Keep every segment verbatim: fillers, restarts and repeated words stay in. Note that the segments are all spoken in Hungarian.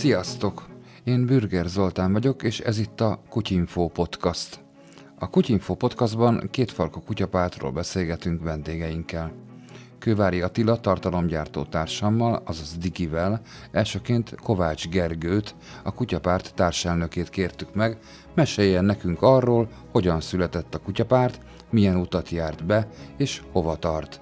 Sziasztok! Én Bürger Zoltán vagyok, és ez itt a Kutyinfo Podcast. A Kutyinfo Podcastban kétfarkú kutyapártról beszélgetünk vendégeinkkel. Kővári Attila tartalomgyártó társammal, azaz Digivel, elsőként Kovács Gergőt, a kutyapárt társelnökét kértük meg, meséljen nekünk arról, hogyan született a kutyapárt, milyen utat járt be, és hova tart.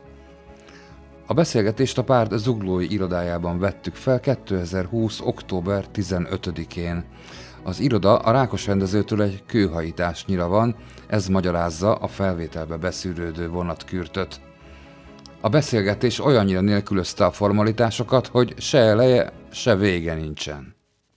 A beszélgetést a párt zuglói irodájában vettük fel kétezer-húsz. október tizenötödikén. Az iroda a Rákos-rendezőtől egy kőhajításnyira van, ez magyarázza a felvételbe beszűrődő vonatkürtöt. A beszélgetés olyannyira nélkülözte a formalitásokat, hogy se eleje, se vége nincsen.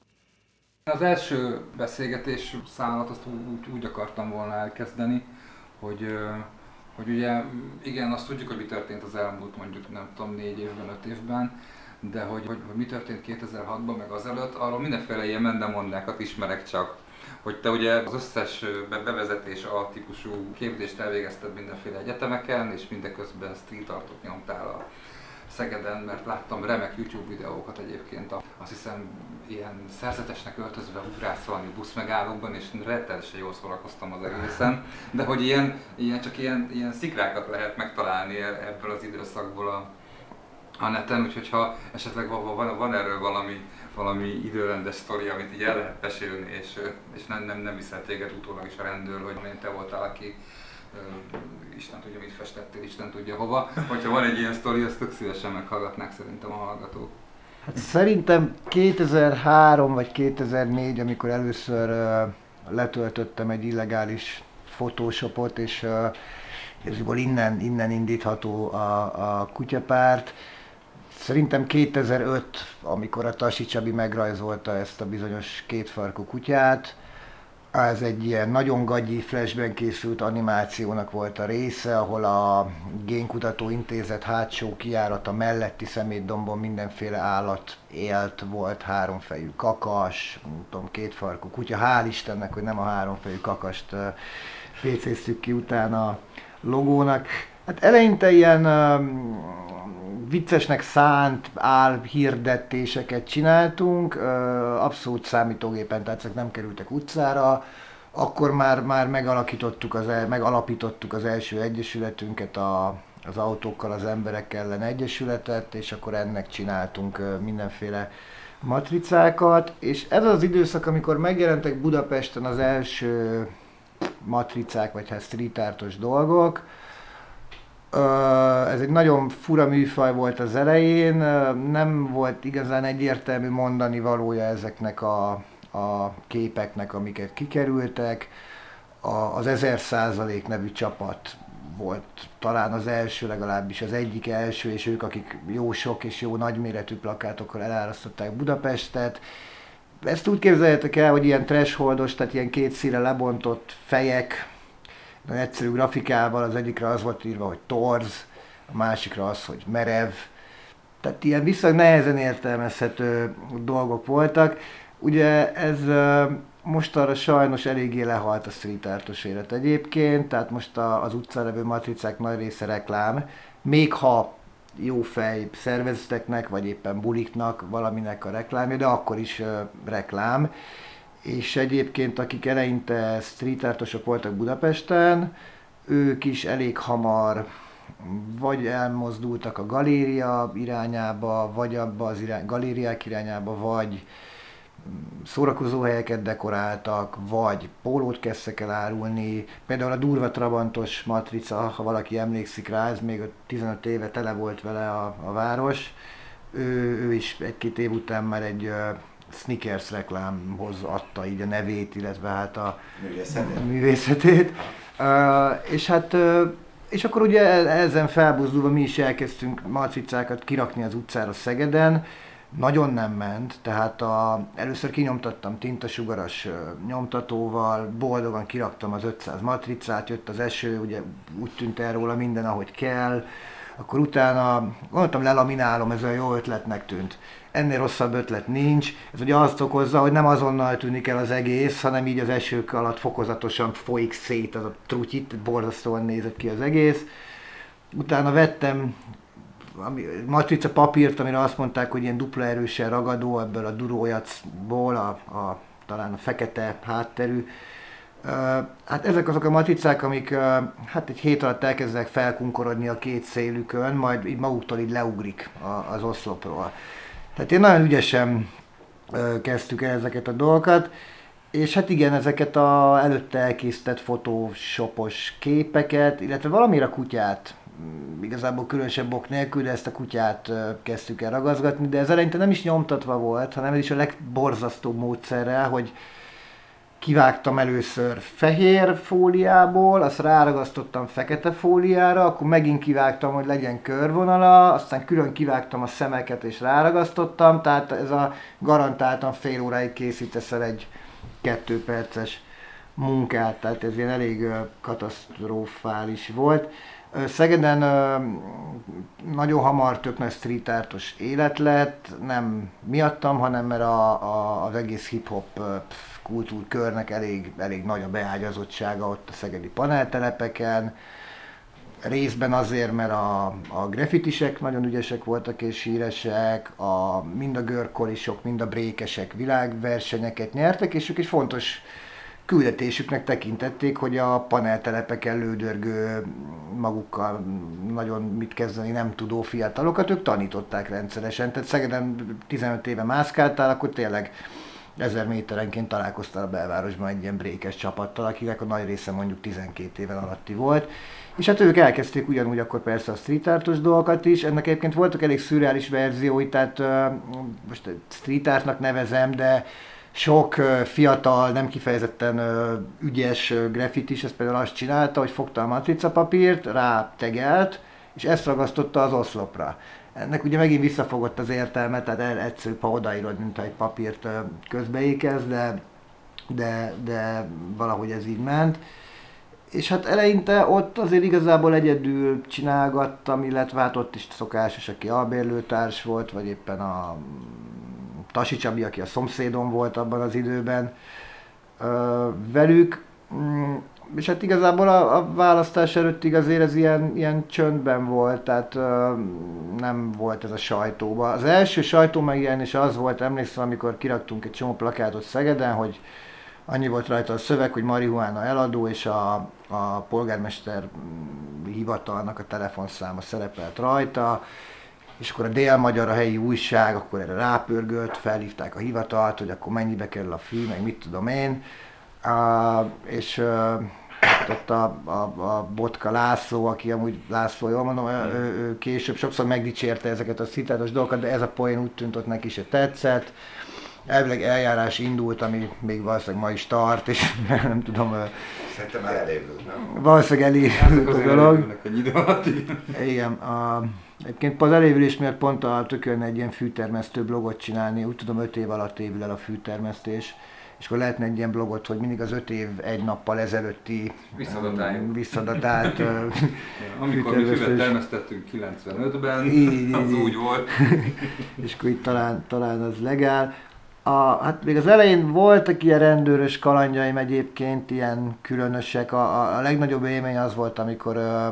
Az első beszélgetés szálat azt úgy, úgy akartam volna elkezdeni, hogy, hogy ugye igen, azt tudjuk, hogy mi történt az elmúlt mondjuk nem tudom négy évben, öt évben, de hogy, hogy, hogy mi történt kétezer-hatban meg azelőtt, arról mindenféle ilyen mendemondákat ismerek csak. Hogy te ugye az összes bevezetés A-típusú képzést elvégezted mindenféle egyetemeken, és mindeközben street artot nyomtál a Szegeden, mert láttam remek YouTube videókat egyébként, azt hiszem ilyen szerzetesnek öltözve ugrálsz valami buszmegállókban, és rettenetesen jól szórakoztam az egészen, de hogy ilyen, ilyen csak ilyen, ilyen szikrákat lehet megtalálni ebből az időszakból a, a neten, úgyhogy ha esetleg van, van, van erről valami, valami időrendes sztori, amit így el lehet mesélni, és, és nem, nem, nem viszel téged utólag is a rendőr, hogy te voltál, aki Isten tudja, mit festettél, Isten tudja hova. Hogyha van egy ilyen sztori, azt tök szívesen meghallgatnák szerintem a hallgatók. Hát szerintem kétezer-három vagy kétezer-négy, amikor először uh, letöltöttem egy illegális Photoshopot, és uh, innen, innen indítható a, a kutyapárt. Szerintem kétezer-öt, amikor a Tasi Csabi megrajzolta ezt a bizonyos kétfarkú kutyát, ez egy ilyen nagyon gagyi flashben készült animációnak volt a része, ahol a Génkutató Intézet hátsó kijárata melletti szemétdombon mindenféle állat élt, volt háromfejű kakas, nem tudom, kétfarkú kutya. Hál' Istennek, hogy nem a háromfejű kakast pécéztük ki utána a logónak. Hát eleinte ilyen um, viccesnek szánt álhirdetéseket csináltunk, uh, abszolút számítógépen, tehát ezek nem kerültek utcára. Akkor már, már megalakítottuk az, el, megalapítottuk az első egyesületünket, a, az autókkal az emberek ellen egyesületet, és akkor ennek csináltunk uh, mindenféle matricákat. És ez az időszak, amikor megjelentek Budapesten az első matricák, vagy hát street artos dolgok. Ez egy nagyon fura műfaj volt az elején, nem volt igazán egyértelmű mondani valója ezeknek a, a képeknek, amiket kikerültek. A, az ezer százalék nevű csapat volt talán az első, legalábbis az egyik első, és ők, akik jó sok és jó nagyméretű plakátokkal elárasztották Budapestet. Ezt úgy képzeljétek el, hogy ilyen thresholdos, tehát ilyen két színre lebontott fejek, nagyon egyszerű grafikával, az egyikre az volt írva, hogy torz, a másikra az, hogy merev. Tehát ilyen viszonylag nehezen értelmezhető dolgok voltak. Ugye ez mostanra sajnos eléggé lehalt a street artos élet egyébként, tehát most az utcán levő matricák nagy része reklám, még ha jó fej szervezeteknek, vagy éppen buliknak valaminek a reklámja, de akkor is uh, reklám. És egyébként akik eleinte street artosok voltak Budapesten, ők is elég hamar vagy elmozdultak a galéria irányába, vagy abba az irány, galériák irányába, vagy szórakozóhelyeket dekoráltak, vagy pólót kezdtek el árulni. Például a durva trabantos matrica, ha valaki emlékszik rá, ez még tizenöt éve tele volt vele a, a város. Ő, ő is egy-két év után már egy uh, Snickers reklámhoz adta így a nevét, illetve hát a művészetét. művészetét. Uh, és hát uh, és akkor ugye ezen felbuzdulva mi is elkezdtünk matricákat kirakni az utcára Szegeden. Nagyon nem ment, tehát a, először kinyomtattam tintasugaras nyomtatóval, boldogan kiraktam az ötszáz matricát, jött az eső, ugye úgy tűnt el róla minden, ahogy kell, akkor utána gondoltam, lelaminálom, ez olyan jó ötletnek tűnt. Ennél rosszabb ötlet nincs, ez ugye azt okozza, hogy nem azonnal tűnik el az egész, hanem így az esők alatt fokozatosan folyik szét az a trutyit, borzasztóan nézett ki az egész. Utána vettem matrica papírt, amire azt mondták, hogy ilyen dupla erősen ragadó, ebből a durójacból, a, a, talán a fekete hátterű. Hát ezek azok a matricák, amik hát egy hét alatt elkezdenek felkunkorodni a két szélükön, majd így maguktól így leugrik az oszlopról. Tehát én nagyon ügyesen kezdtük el ezeket a dolgokat, és hát igen, ezeket a előtte elkészített photoshopos képeket, illetve valamire a kutyát, igazából különösebb ok nélkül, de ezt a kutyát kezdtük el ragazgatni, de ez eleinte nem is nyomtatva volt, hanem ez is a legborzasztóbb módszerrel, hogy kivágtam először fehér fóliából, azt ráragasztottam fekete fóliára, akkor megint kivágtam, hogy legyen körvonala, aztán külön kivágtam a szemeket és ráragasztottam, tehát ez a garantáltan fél óráig készítesz el egy kettő perces munkát, tehát ez ilyen elég katasztrofális volt. Szegeden nagyon hamar tök nagy street artos élet lett, nem miattam, hanem mert a, a, az egész hip-hop kultúrkörnek elég, elég nagy a beágyazottsága ott a szegedi paneltelepeken. Részben azért, mert a, a graffitisek nagyon ügyesek voltak és híresek, a, mind a görkorisok, mind a brékesek világversenyeket nyertek, és ők egy fontos küldetésüknek tekintették, hogy a paneltelepeken lődörgő, magukkal nagyon mit kezdeni nem tudó fiatalokat, ők tanították rendszeresen. Tehát Szegeden tizenöt éve mászkáltál, akkor tényleg ezer méterenként találkoztál a belvárosban egy ilyen brékes csapattal, akinek a nagy része mondjuk tizenkét éven alatti volt. És hát ők elkezdték ugyanúgy akkor persze a street artos dolgokat is. Ennek egyébként voltak elég szürreális verziói, tehát uh, most street artnak nevezem, de sok uh, fiatal, nem kifejezetten uh, ügyes uh, graffitis, ezt például azt csinálta, hogy fogta a matricapapírt, rátegelt, és ezt ragasztotta az oszlopra. Ennek ugye megint visszafogott az értelme, tehát egyszerűbb, ha odaírod, mint ha egy papírt uh, közbeékez, de, de, de valahogy ez így ment. És hát eleinte ott azért igazából egyedül csinálgattam, illetve hát ott is szokásos, aki albérlőtárs volt, vagy éppen a Tasi Csabi, aki a szomszédom volt abban az időben velük. És hát igazából a, a választás előttig azért ez ilyen, ilyen csöndben volt, tehát nem volt ez a sajtóban. Az első sajtó megjelenés az volt, emlékszem, amikor kiraktunk egy csomó plakátot Szegeden, hogy annyi volt rajta a szöveg, hogy marihuána eladó, és a, a polgármester hivatalnak a telefonszáma szerepelt rajta, és akkor a Dél-Magyar, a helyi újság, akkor erre rápörgött, felhívták a hivatalt, hogy akkor mennyibe kerül a fű, meg mit tudom én, uh, és uh, ott a, a, a Botka László, aki amúgy László, jól mondom, ő, ő később sokszor megdicsérte ezeket a citátos dolgokat, de ez a poén úgy tűnt, ott neki se tetszett. Elvileg eljárás indult, ami még valószínűleg ma is tart, és nem tudom... Szerintem már elévült, nem? Valószínűleg elévült a dolog. Egy idő alatt, igen. A, egyébként az elévülés miatt pont a tökölne egy ilyen fűtermesztő blogot csinálni, úgy tudom öt év alatt évül el a fűtermesztés, és akkor lehetne egy ilyen blogot, hogy mindig az öt év egy nappal ezelőtti visszadatált, visszadatált amikor mi füvet termesztettünk kilencvenötben, így, az így, úgy volt. És akkor itt talán, talán az legál. A, hát még az elején voltak ilyen rendőrös kalandjaim egyébként, ilyen különösek. A, a legnagyobb élmény az volt, amikor ö,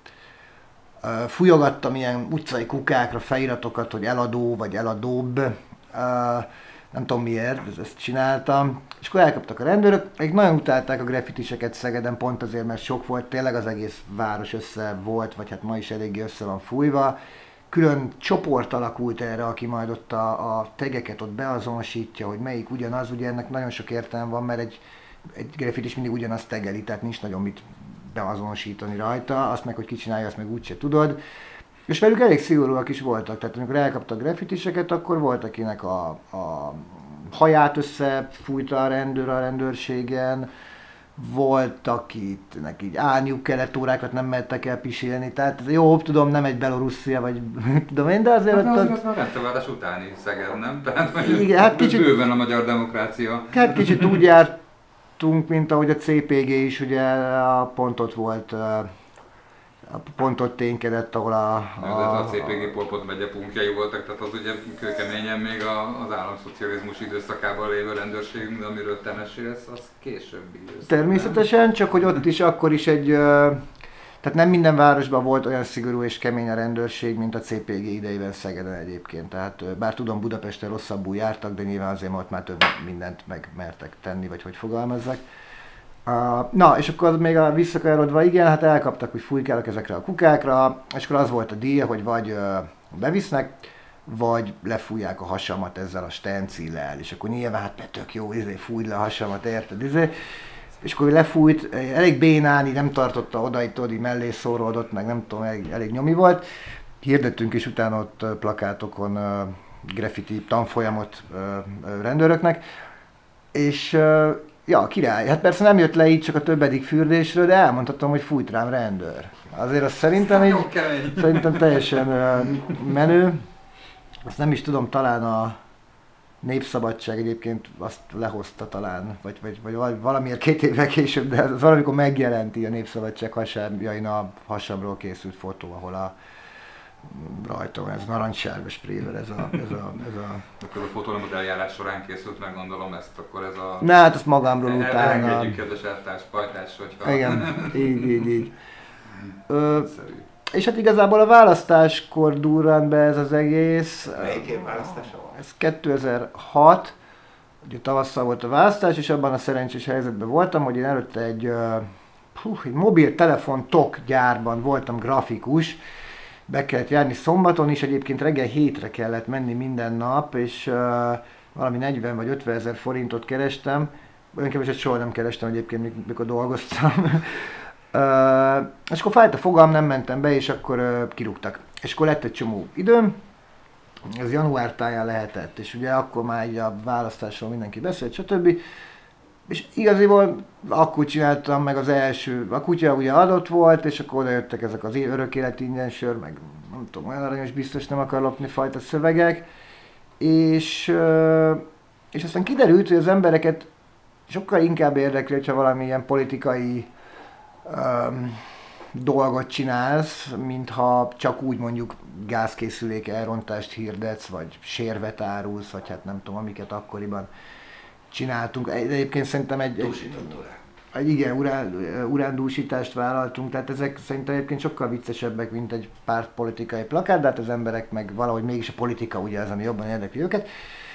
ö, fújogattam ilyen utcai kukákra feliratokat, hogy eladó vagy eladóbb. Ö, nem tudom miért, ezt csináltam. És akkor elkaptak a rendőrök, akik nagyon utálták a graffitiseket Szegeden, pont azért, mert sok volt, tényleg az egész város össze volt, vagy hát ma is eléggé össze van fújva. Külön csoport alakult erre, aki majd ott a, a tegeket ott beazonosítja, hogy melyik ugyanaz, ugye ennek nagyon sok értelme van, mert egy, egy graffitis mindig ugyanazt tegeli, tehát nincs nagyon mit beazonosítani rajta, azt meg, hogy ki csinálja, azt meg úgyse tudod. És velük elég szigorúak is voltak, tehát amikor elkaptak graffitiseket, akkor volt, akinek a, a haját összefújta a rendőr a rendőrségen, volt, akitnek így állniuk kellett, órákat nem mertek el pisélni, tehát jó, tudom, nem egy Belorusszia, vagy tudom én, de azért... Hát az, az már rendszerváltás utáni Szeged, nem? Tehát igen, hát kicsit, bőven a magyar demokrácia. Hát kicsit úgy jártunk, mint ahogy a cé pé gé is, ugye a pontot volt, a pontot ténykedett, ahol a... A, a, a cé pé gé Pol-Pot megye punkjai voltak, tehát az ugye kőkeményen még a, az államszocializmus időszakában lévő rendőrségünk, de amiről te mesélsz, az későbbi időszak. Természetesen, csak hogy ott is akkor is egy... Tehát nem minden városban volt olyan szigorú és kemény a rendőrség, mint a cé pé gé idejében Szegeden egyébként. Tehát bár tudom, Budapesten rosszabbul jártak, de nyilván azért ott már több mindent megmertek tenni, vagy hogy fogalmazzak. Uh, na, és akkor még a visszakanyarodva, igen, hát elkaptak, hogy fújkálok ezekre a kukákra, és akkor az volt a díja, hogy vagy uh, bevisznek, vagy lefújják a hasamat ezzel a stencillel, és akkor nyilván hát tök jó, izé, fújj le a hasamat, érted, izé. És akkor lefújt, elég bénán, így nem tartotta oda, itt oda, mellé szóródott, meg nem tudom, elég, elég nyomi volt. Hirdettünk is utána ott plakátokon uh, graffiti tanfolyamot uh, uh, rendőröknek, és uh, ja, király. Hát persze nem jött le így csak a többedik fürdésről, de elmondhatom, hogy fújt rám rendőr. Azért azt szerintem így, szerintem teljesen uh, menő. Azt nem is tudom, talán a Népszabadság egyébként azt lehozta talán, vagy, vagy, vagy valamiért két évvel később, de az valamikor megjelenti a Népszabadság hasábjain a hasamról készült fotó, ahol a rajta ez narancssárga sprével, ez a, ez a, ez a... Akkor a fotónamot eljárás során készült, meg gondolom ezt, akkor ez a... Na hát azt magamról el, utána... Elengedjük, kedves eltárs, pajtás, hogyha... Igen, így, így, így. Ö, és hát igazából a választáskor durrant be ez az egész. Melyik év választása volt? Ez kétezer-hat, ugye tavasszal volt a választás, és abban a szerencsés helyzetben voltam, hogy én előtte egy, uh, egy mobiltelefon tok gyárban voltam grafikus, be kellett járni szombaton is, egyébként reggel hétre kellett menni minden nap, és uh, valami negyven vagy ötven ezer forintot kerestem, olyan keveset soha nem kerestem egyébként, mikor dolgoztam. Uh, és akkor fájt a fogam, nem mentem be, és akkor uh, kirúgtak. És akkor lett egy csomó időm, ez január táján lehetett, és ugye akkor már így a választásról mindenki beszélt, stb. És igaziból akkor csináltam meg az első, a kutya ugye adott volt, és akkor oda jöttek ezek az örök élet ingyen sör, meg nem tudom, olyan aranyos, biztos nem akar lopni fajta szövegek, és, uh, és aztán kiderült, hogy az embereket sokkal inkább érdekli, hogyha valamilyen politikai Um, dolgot csinálsz, mintha csak úgy mondjuk gázkészülék elrontást hirdetsz, vagy sérvet árulsz, vagy hát nem tudom, amiket akkoriban csináltunk. Egyébként szerintem egy... Dúsított urán. Egy, igen, urán, urándúsítást vállaltunk, tehát ezek szerintem egyébként sokkal viccesebbek, mint egy pártpolitikai plakát, de hát az emberek meg valahogy mégis a politika ugye az, ami jobban érdekli őket.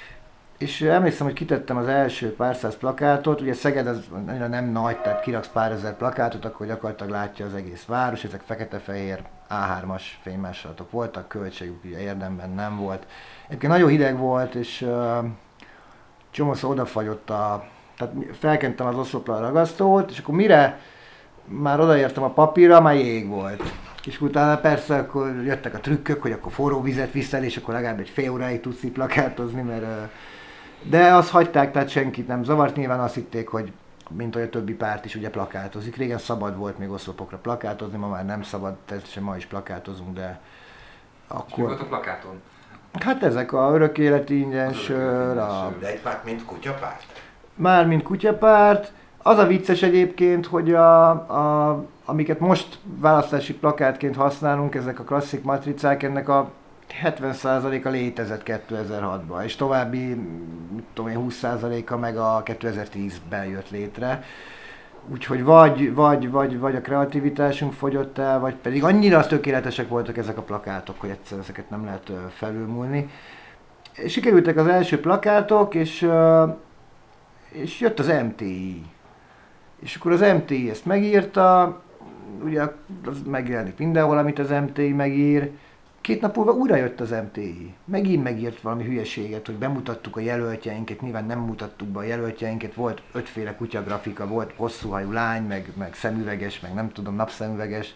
És emlékszem, hogy kitettem az első pár száz plakátot, ugye Szeged az annyira nem nagy, tehát kiraksz pár ezer plakátot, akkor gyakorlatilag látja az egész város, ezek fekete-fehér á hármas fénymásolatok voltak, költségük ugye érdemben nem volt. Egyébként nagyon hideg volt, és uh, csomószor odafagyott a... Tehát felkentem az oszlopra ragasztót, és akkor mire már odaértem a papírra, már jég volt. És utána persze akkor jöttek a trükkök, hogy akkor forró vizet viszel, és akkor legalább egy fél óráig tudsz így plakátozni, mert... Uh, de azt hagyták, tehát senkit nem zavart, nyilván azt hitték, hogy mint olyan többi párt is ugye plakátozik. Régen szabad volt még oszlopokra plakátozni, ma már nem szabad, természetesen ma is plakátozunk, de akkor... És mi volt a plakáton? Hát ezek a örök életi ingyen sör, a... De egy párt, mint kutyapárt? Már mint kutyapárt. Az a vicces egyébként, hogy a, a, amiket most választási plakátként használunk, ezek a klasszik matricák, ennek a hetven százaléka létezett kétezer-hatban, és további, mit tudom én, húsz százaléka meg a kétezer-tízben jött létre. Úgyhogy vagy, vagy, vagy, vagy a kreativitásunk fogyott el, vagy pedig annyira tökéletesek voltak ezek a plakátok, hogy egyszer ezeket nem lehet felülmúlni. Sikerültek az első plakátok, és, és jött az em té i. És akkor az em té i ezt megírta, ugye az megjelenik mindenhol, amit az em té i megír. Két nap múlva újra jött az em té i. Megint megírt valami hülyeséget, hogy bemutattuk a jelöltjeinket, nyilván nem mutattuk be a jelöltjeinket, volt ötféle kutyagrafika, volt hosszúhajú lány, meg, meg szemüveges, meg nem tudom, napszemüveges.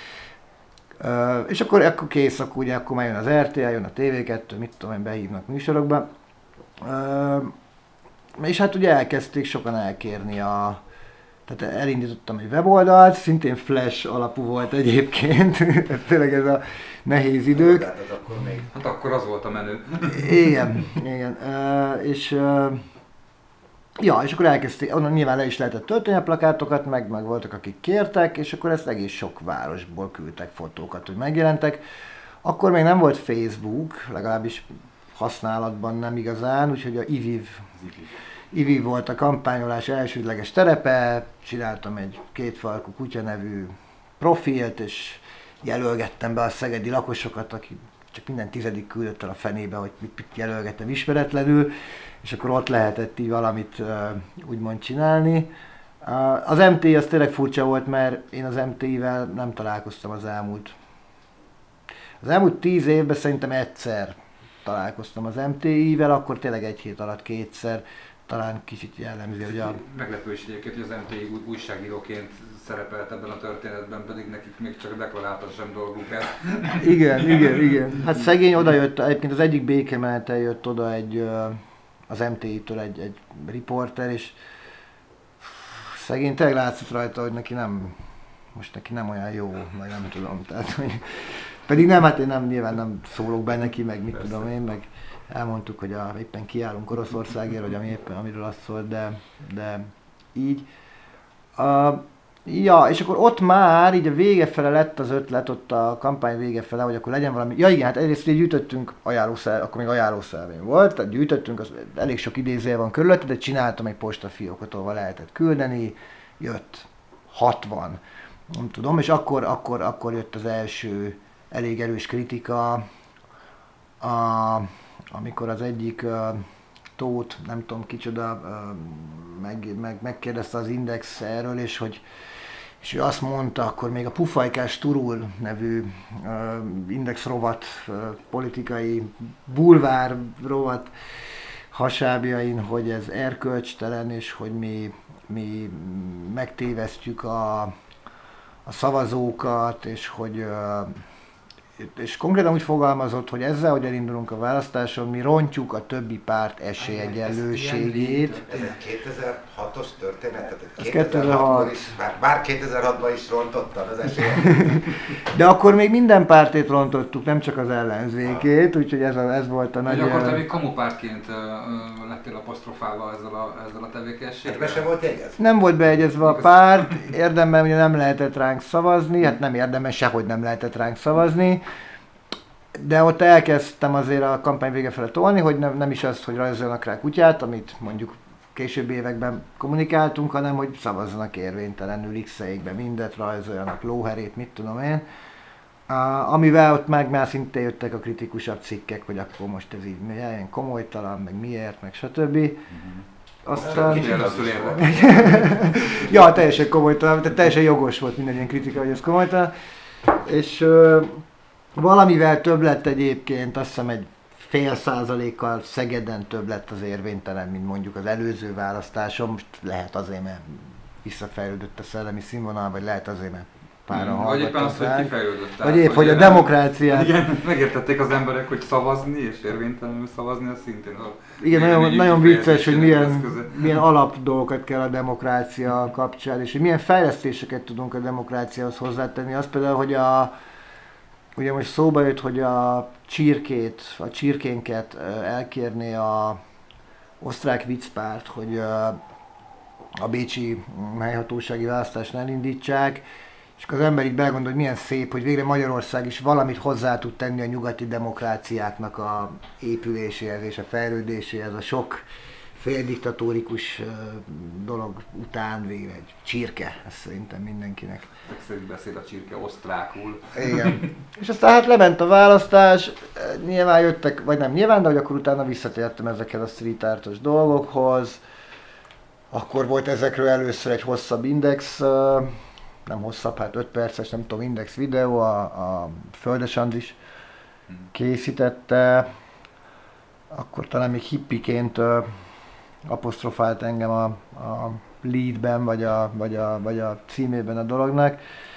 Uh, és akkor, akkor kész, akkor ugye akkor már jön az er té á, jön a té vé kettő, mit tudom én, behívnak műsorokba. Uh, és hát ugye elkezdték sokan elkérni a... Tehát elindítottam egy weboldalt, szintén flash alapú volt egyébként, tényleg ez a nehéz idők. Hát akkor még. Hát akkor az volt a menő. Igen, igen. Uh, és, uh, ja, és akkor elkezdték, onnan nyilván le is lehetett tölteni a plakátokat, meg, meg voltak akik kértek, és akkor ezt egész sok városból küldtek fotókat, hogy megjelentek. Akkor még nem volt Facebook, legalábbis használatban nem igazán, úgyhogy a i viv i viv volt a kampányolás elsődleges terepe, csináltam egy kétfarkú kutya nevű profilt, és jelölgettem be a szegedi lakosokat, aki csak minden tizedik küldött el a fenébe, hogy mit, mit jelölgettem ismeretlenül, és akkor ott lehetett így valamit uh, úgymond csinálni. Uh, az em té i az tényleg furcsa volt, mert én az em té i-vel nem találkoztam az elmúlt. Az elmúlt tíz évben szerintem egyszer találkoztam az em té i-vel, akkor tényleg egy hét alatt kétszer, talán kicsit jellemző, hogy a... Meglepő is egyébként, hogy az em té i újságíróként szerepelt ebben a történetben, pedig nekik még csak deklaráltan sem dolguk ez. Igen, igen, igen. Hát szegény oda jött, egyébként az egyik békemeneten jött oda egy, az em té i-től egy, egy riporter, és szegény tényleg látszott rajta, hogy neki nem, most neki nem olyan jó, vagy nem tudom, tehát, hogy pedig nem, hát én nem, nyilván nem szólok be neki, meg mit Persze. tudom én, meg elmondtuk, hogy a, éppen kiállunk Oroszországért, vagy ami éppen, amiről azt szólt, de, de így. Uh, ja, és akkor ott már így a vége fele lett az ötlet, ott a kampány vége fele, hogy akkor legyen valami, ja igen, hát egyrészt ugye gyűjtöttünk ajánlószer, akkor még ajánlószervény volt, tehát gyűjtöttünk, az elég sok idézője van körülötte, de csináltam egy postafiókot, ahol lehetett küldeni, jött hatvan, nem tudom, és akkor, akkor, akkor jött az első elég erős kritika, a, amikor az egyik uh, Tóth, nem tudom kicsoda, uh, meg, meg, megkérdezte az Index erről, és hogy és ő azt mondta, akkor még a Pufajkás Turul nevű uh, Index rovat, uh, politikai bulvár rovat hasábjain, hogy ez erkölcstelen, és hogy mi, mi megtévesztjük a, a szavazókat, és hogy uh, és konkrétan úgy fogalmazott, hogy ezzel, hogy elindulunk a választáson, mi rontjuk a többi párt esélyegyenlőségét. Ez egy kétezer-hatos történet, tehát kétezer-hat is, bár, bár kétezer-hatban is rontottad az esélyet. De akkor még minden pártét rontottuk, nem csak az ellenzékét, úgyhogy ez, a, ez volt a nagy... Ugye akkor te még kamupártként uh, lettél apostrofálva ezzel a, ezzel a tevékenységgel? Hát be sem volt jegyez? Nem volt beegyezve a párt, érdemben ugye nem lehetett ránk szavazni, hát nem érdemben, sehogy nem lehetett ránk szavazni. De ott elkezdtem azért a kampány vége fele tolni, hogy nem, nem is az, hogy rajzoljanak rá kutyát, amit mondjuk későbbi években kommunikáltunk, hanem hogy szavazzanak érvénytelenül, x-eljék be mindet, rajzoljanak lóherét, mit tudom én. Uh, amivel ott meg már szinte jöttek a kritikusabb cikkek, hogy akkor most ez így ilyen komolytalan, meg miért, meg stb. Mm-hmm. Aztán... ja, teljesen komolytalan, tehát teljesen jogos volt minden ilyen kritika, hogy ez komolytalan. És... Uh, valamivel több lett egyébként, azt hiszem egy fél százalékkal Szegeden több lett az érvénytelen, mint mondjuk az előző választáson. Most lehet azért, mert visszafejlődött a szellemi színvonal, vagy lehet azért, mert páran hmm, vagy éppen az, hogy kifejlődött. Vagy épp, hogy a demokráciát... Igen, megértették az emberek, hogy szavazni és érvénytelenül szavazni, az szintén a... Igen, nagyon, nagyon vicces, hogy milyen, milyen alap dolgokat kell a demokrácia kapcsán, és hogy milyen fejlesztéseket tudunk a demokráciához hozzátenni. Az például, hogy a ugye most szóba jött, hogy a csirkét, a csirkénket elkérné a osztrák viccpárt, hogy a bécsi helyhatósági választást elindítsák, és az ember így belegondol, hogy milyen szép, hogy végre Magyarország is valamit hozzá tud tenni a nyugati demokráciáknak a épüléséhez és a fejlődéséhez, a sok féldiktatórikus dolog után végre egy csirke, ez szerintem mindenkinek. Szerint beszél a csirke osztrákul. Igen. És aztán hát lement a választás, nyilván jöttek, vagy nem nyilván, de hogy akkor utána visszatértem ezekhez a street artos dolgokhoz. Akkor volt ezekről először egy hosszabb Index, nem hosszabb, hát öt perces, nem tudom, Index videó, a, a Földes Andris készítette. Akkor talán még hippiként apostrofált engem a, a leadben, vagy a, vagy, a, vagy a címében a dolognak.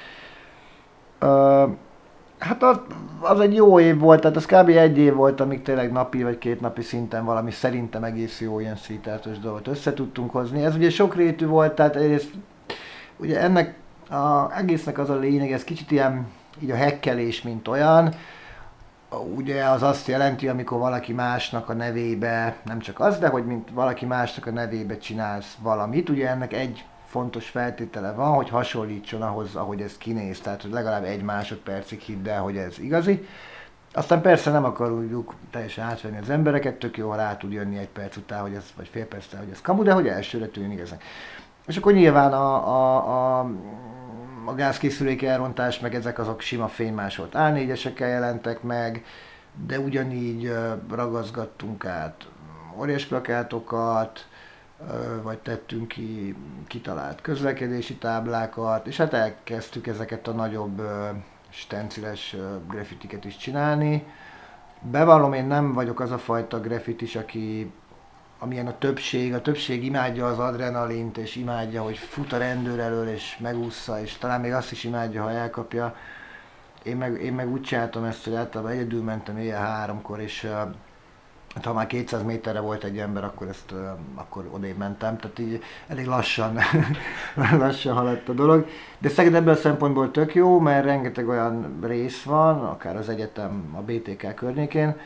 Uh, hát az, az egy jó év volt, tehát az kb. Egy év volt, amíg tényleg napi vagy két napi szinten valami szerintem egész jó ilyen street-artos dolgot össze tudtunk hozni. Ez ugye sokrétű volt, tehát egyrészt ugye ennek az egésznek az a lényeg, ez kicsit ilyen így a hekkelés, mint olyan. Ugye az azt jelenti, amikor valaki másnak a nevébe, nem csak az, de hogy mint valaki másnak a nevébe csinálsz valamit, ugye ennek egy fontos feltétele van, hogy hasonlítson ahhoz, ahogy ez kinéz, tehát hogy legalább egy másodpercig hidd el, hogy ez igazi. Aztán persze nem akarjuk teljesen átvenni az embereket, tök jó, ha rá tud jönni egy perc után, hogy ez, vagy fél perc után, hogy ez kamu, de hogy elsőre tűnik ezen. És akkor nyilván a, a, a a gázkészülék elrontás, meg ezek azok sima fénymásolt á négyesekkel jelentek meg, de ugyanígy ragaszgattunk át óriás plakátokat, vagy tettünk ki kitalált közlekedési táblákat, és hát elkezdtük ezeket a nagyobb stenciles graffitiket is csinálni. Bevallom, én nem vagyok az a fajta graffitis, aki amilyen a többség, a többség imádja az adrenalint, és imádja, hogy fut a rendőr elől, és megúszza, és talán még azt is imádja, ha elkapja. Én meg, én meg úgy csináltam ezt, hogy általában egyedül mentem éjjel háromkor, és uh, ha már kétszáz méterre volt egy ember, akkor ezt uh, akkor odébb mentem, tehát így elég lassan, lassan haladt a dolog. De Szeged ebből a szempontból tök jó, mert rengeteg olyan rész van, akár az egyetem a bé té ká környékén,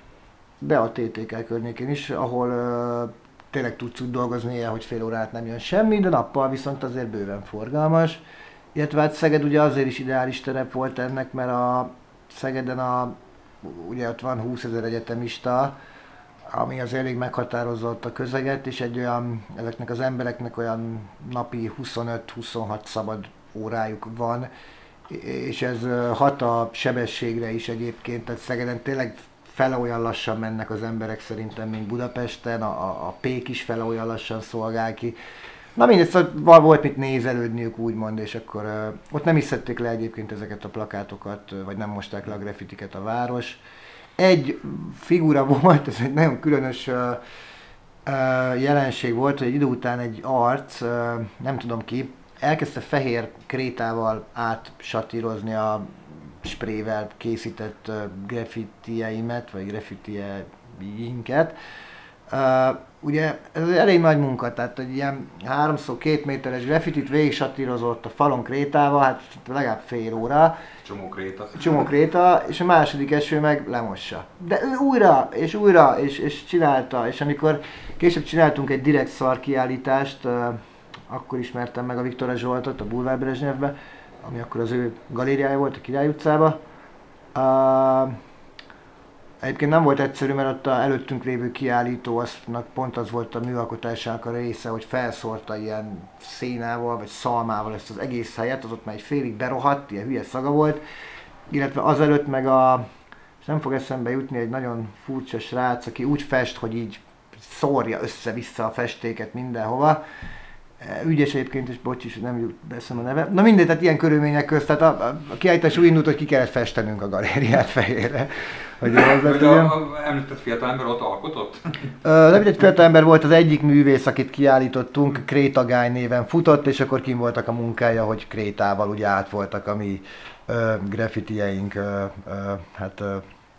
de a té té ká környékén is, ahol uh, tényleg tudsz úgy dolgozni éjjel, hogy fél órát nem jön semmi, de nappal viszont azért bőven forgalmas. Illetve hát Szeged ugye azért is ideális terep volt ennek, mert a Szegeden a, ugye ott van húszezer egyetemista, ami az elég meghatározott a közeget, és egy olyan, ezeknek az embereknek olyan napi huszonöt-huszonhat szabad órájuk van, és ez hat a sebességre is egyébként, tehát Szegeden tényleg fele olyan lassan mennek az emberek szerintem, mint Budapesten, a, a pék is fele olyan lassan szolgál ki. Na mindegy, szóval volt mit nézelődniük úgymond, és akkor uh, ott nem is szedték le egyébként ezeket a plakátokat, vagy nem mosták le a graffitiket a város. Egy figura volt, ez egy nagyon különös uh, uh, jelenség volt, hogy egy idő után egy arc, uh, nem tudom ki, elkezdte fehér krétával átsatírozni a sprével készített uh, graffitieimet, vagy graffitieinket. Uh, ugye ez elég nagy munka, tehát egy ilyen háromszor két méteres graffitit végig satírozott a falon krétával, hát legalább fél óra. Csomó kréta. Csomó kréta, és a második eső meg lemossa. De ő újra, és újra, és, és csinálta, és amikor később csináltunk egy direkt szar kiállítást, uh, akkor ismertem meg a Viktor Zsoltot a Bulvár Brezsnyevbe, ami akkor az ő galériája volt a Király utcába. Uh, Egyébként nem volt egyszerű, mert ott a előttünk lévő kiállító, aznak pont az volt a műalkotásának a része, hogy felszórta ilyen szénával vagy szalmával ezt az egész helyet, az ott már egy félig berohadt, ilyen hülye szaga volt, illetve azelőtt meg a, és nem fog eszembe jutni, egy nagyon furcsa srác, aki úgy fest, hogy így szórja össze-vissza a festéket mindenhova. Ügyes egyébként, és bocs is, nem jut beszem a neve. Na mindegy, tehát ilyen körülmények közt, tehát a, a, a kiállítás úgy indult, hogy ki kellett festenünk a galériát fehérre. Hogy az lett, a, a említett fiatalember ott alkotott? Nem egy fiatalember volt, az egyik művész, akit kiállítottunk, Krétagány néven futott, és akkor kim voltak a munkája, hogy krétával ugye át voltak a mi ö, graffitieink, ö, ö, hát ö,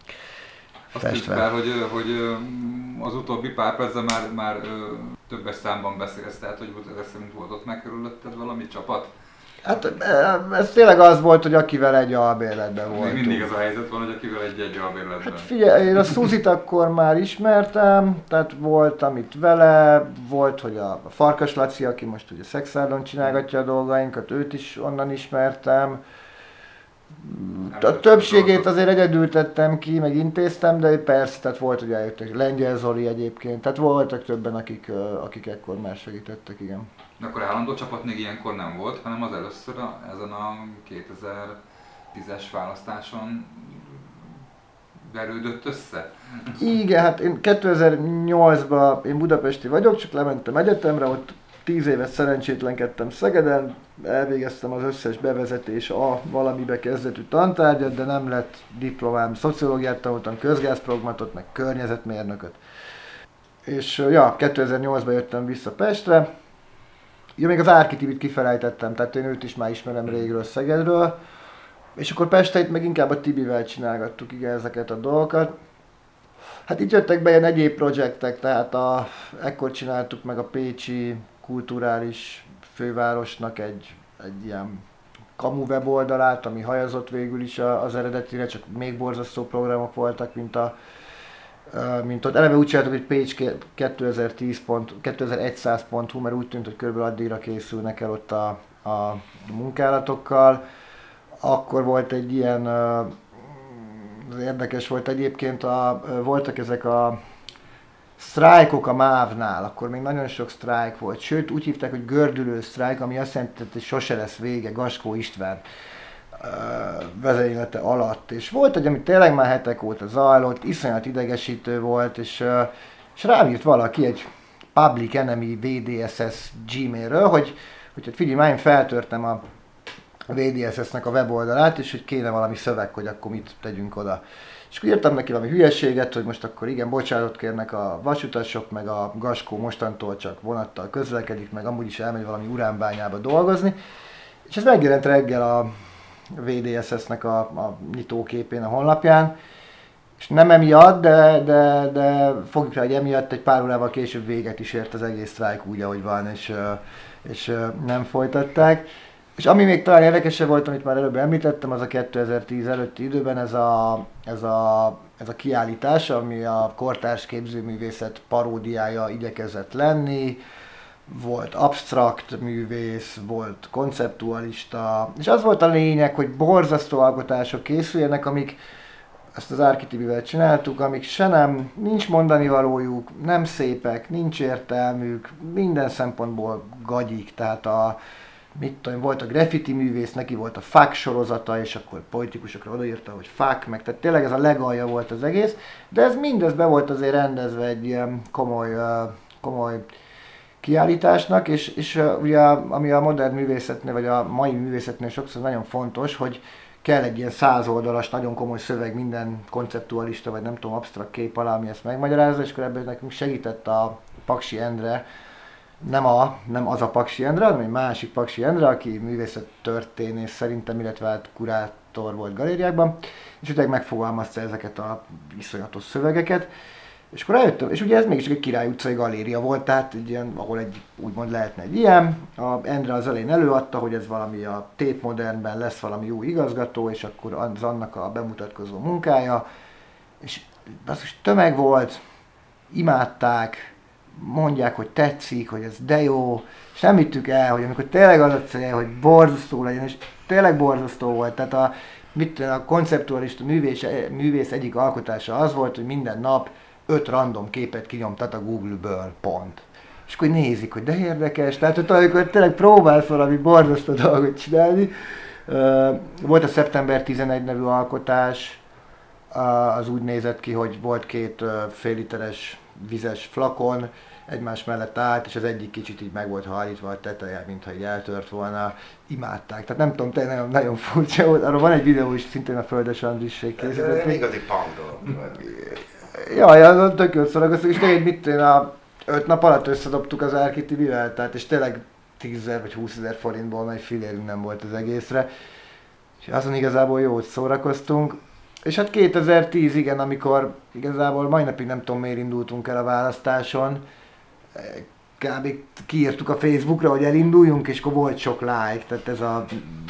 azt festve. Azt hogy, hogy az utóbbi pár percben már, már többes számban beszélsz, tehát hogy ez szerint volt ott meg körülötted valami csapat? Hát ez tényleg az volt, hogy akivel egy albérletben voltunk. Még mindig az a helyzet van, hogy akivel egy-egy albérletben. Hát figyelj, én a Szuzit akkor már ismertem, tehát voltam itt vele, volt, hogy a Farkas Laci, aki most ugye Szexárdon csinálgatja a dolgainkat, őt is onnan ismertem. A többségét azért egyedül tettem ki, meg intéztem, de persze, tehát volt, hogy eljöttek Lengyel Zoli egyébként, tehát voltak többen, akik, akik ekkor már segítettek, igen. De akkor állandó csapat még ilyenkor nem volt, hanem az először a, ezen a kétezer-tízes választáson verődött össze? Igen, hát én kétezer-nyolcban én budapesti vagyok, csak lementem egyetemre, ott tíz évet szerencsétlenkedtem Szegeden, elvégeztem az összes bevezetés a valamibe kezdetű tantárgyat, de nem lett diplomám. Szociológiát tanultam, közgázprogmatot, meg környezetmérnököt. És ja, kétezer-nyolcban jöttem vissza Pestre. Ja, még az Árki Tibit kifelejtettem, tehát én őt is már ismerem régről Szegedről. És akkor Pesteit meg inkább a Tibivel csinálgattuk, igen, ezeket a dolgokat. Hát itt jöttek be ilyen egyéb projektek, tehát a, ekkor csináltuk meg a pécsi kulturális fővárosnak egy, egy ilyen kamu weboldalát, ami hajazott végül is az eredetire, csak még borzasztó programok voltak, mint a mint ott. Eleve úgy csináltuk, hogy Pécs kétezer-száz pont hu, mert úgy tűnt, hogy körülbelül addigra készülnek el ott a, a munkálatokkal. Akkor volt egy ilyen, az érdekes volt egyébként, a, voltak ezek a sztrájkok a mávnál, akkor még nagyon sok sztrájk volt, sőt úgy hívták, hogy gördülő sztrájk, ami azt jelenti, hogy sose lesz vége, Gaskó István vezénylete alatt. És volt egy, ami tényleg már hetek óta zajlott, iszonyat idegesítő volt, és, és rám írt valaki egy Public Enemy vé dé es es Gmailről, hogy, hogy hát figyelj, már én feltörtem a vé dé es es-nek a weboldalát, és hogy kéne valami szöveg, hogy akkor mit tegyünk oda. És akkor írtam neki valami hülyeséget, hogy most akkor igen, bocsánatot kérnek a vasutasok, meg a Gaskó mostantól csak vonattal közlekedik, meg amúgy is elmegy valami uránbányába dolgozni. És ez megjelent reggel a vé dé es es-nek a, a nyitóképén, a honlapján. És nem emiatt, de, de, de fogjuk rá, hogy emiatt egy pár órával később véget is ért az egész sztrájk úgy, ahogy van, és, és nem folytatták. És ami még talán érdekesebb volt, amit már előbb említettem, az a kétezer-tíz előtti időben ez a, ez a, ez a kiállítás, ami a kortárs képzőművészet paródiája igyekezett lenni. Volt absztrakt művész, volt konceptualista, és az volt a lényeg, hogy borzasztó alkotások készüljenek, amik, ezt az Architibivel csináltuk, amik se nem, nincs mondani valójuk, nem szépek, nincs értelmük, minden szempontból gagyik, tehát a, mit tudom, volt a graffiti művész, neki volt a fuck sorozata, és akkor politikusokra odaírta, hogy fuck, meg tehát tényleg ez a legalja volt az egész, de ez mindez be volt azért rendezve egy ilyen komoly, komoly kiállításnak, és, és ugye ami a modern művészetnél, vagy a mai művészetnél sokszor nagyon fontos, hogy kell egy ilyen száz oldalas, nagyon komoly szöveg minden konceptualista, vagy nem tudom, absztrakt kép alá, ami ezt megmagyarázza, és akkor ebből nekünk segített a Paksi Endre, nem, a, nem az a Paksi Endre, hanem egy másik Paksi Endre, aki művészettörténész szerintem, illetve hát kurátor volt galériákban, és utána megfogalmazta ezeket a iszonyatos szövegeket. És akkor eljöttem, és ugye ez mégis egy Király utcai galéria volt, tehát egy ilyen, ahol egy, úgymond lehetne egy ilyen. A Endre az elején előadta, hogy ez valami a Tate Modernben lesz valami új igazgató, és akkor az annak a bemutatkozó munkája. És basszus, tömeg volt, imádták, mondják, hogy tetszik, hogy ez de jó, és nem hittük el, hogy amikor tényleg az a cél, hogy borzasztó legyen, és tényleg borzasztó volt, tehát a, mit, a konceptualista művész, művész egyik alkotása az volt, hogy minden nap öt random képet kinyomtat a Google-ből, pont. És akkor nézik, hogy de érdekes, tehát hogy amikor tényleg próbálsz valami borzasztó dolgot csinálni. Volt a szeptember tizenegy nevű alkotás, az úgy nézett ki, hogy volt két fél literes vizes flakon, egymás mellett állt, és az egyik kicsit így meg volt hajlítva a teteje, mintha így eltört volna. Imádták, tehát nem tudom, tényleg nagyon, nagyon furcsa volt. Arról van egy videó is, szintén a Földes Andrisség készített. Ez igazi punk. Jaj, azon tök jót szórakoztuk, és tényleg mit én a öt nap alatt összedobtuk az Architibivel, tehát és tényleg tízezer vagy húszezer forintból egy fillérünk nem volt az egészre. És azon igazából jót szórakoztunk. És hát kétezer-tíz, igen, amikor igazából mai napig nem tudom miért indultunk el a választáson, kb. Kiírtuk a Facebookra, hogy elinduljunk, és akkor volt sok like, tehát ez a...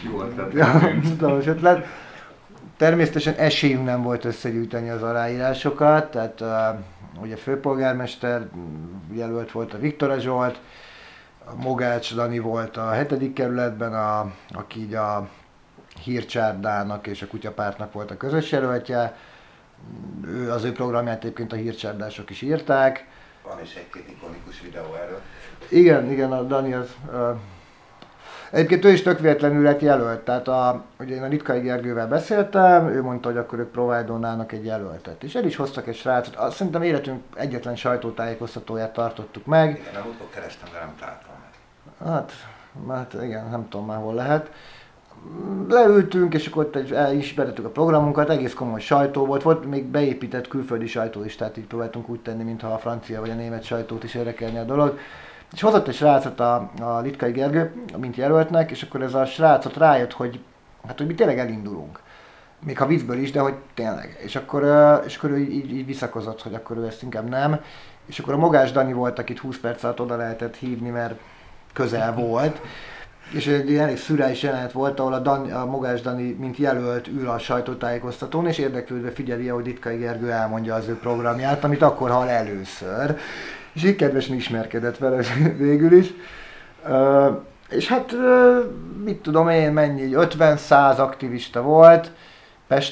Jó ötlet. Természetesen esélyünk nem volt összegyűjteni az aláírásokat, tehát uh, ugye főpolgármester jelölt volt a Viktora Zsolt, a Mogács Dani volt a hetedik kerületben, a, aki így a Hírcsárdának és a Kutyapártnak volt a közös jelöltje. Ő, az ő programját egyébként a hírcsárdások is írták. Van is egy-két ikonikus videó erről. Igen, igen, a Dani az... Uh, Egyébként ő is tök véletlenül lett jelölt, tehát a, ugye én a Litkai Gergővel beszéltem, ő mondta, hogy akkor ők provide-olnának egy jelöltet. És el is hoztak egy srácot, azt szerintem életünk egyetlen sajtótájékoztatóját tartottuk meg. Igen, nem utóbb kerestem, de nem találtam meg. Hát, hát igen, nem tudom már hol lehet. Leültünk, és akkor ott elismertettük a programunkat, egész komoly sajtó volt, volt még beépített külföldi sajtó is, tehát így próbáltunk úgy tenni, mintha a francia vagy a német sajtót is érdekelni a dolog. És hozott egy srácot a, a Litkai Gergő, mint jelöltnek, és akkor ez a srácot rájött, hogy, hát, hogy mi tényleg elindulunk. Még ha viccből is, de hogy tényleg. És akkor, és akkor ő így, így visszakozott, hogy akkor ő ezt inkább nem. És akkor a Mogás Dani volt, akit húsz perc alatt oda lehetett hívni, mert közel volt. És egy elég szürreális jelenet volt, ahol a, Dani, a Mogás Dani, mint jelölt, ül a sajtótájékoztatón, és érdeklődve figyeli, ahogy Litkai Gergő elmondja az ő programját, amit akkor hall először. És így kedvesen ismerkedett vele végül is. Uh, és hát, uh, mit tudom én, mennyi, ötven-száz aktivista volt Pesten,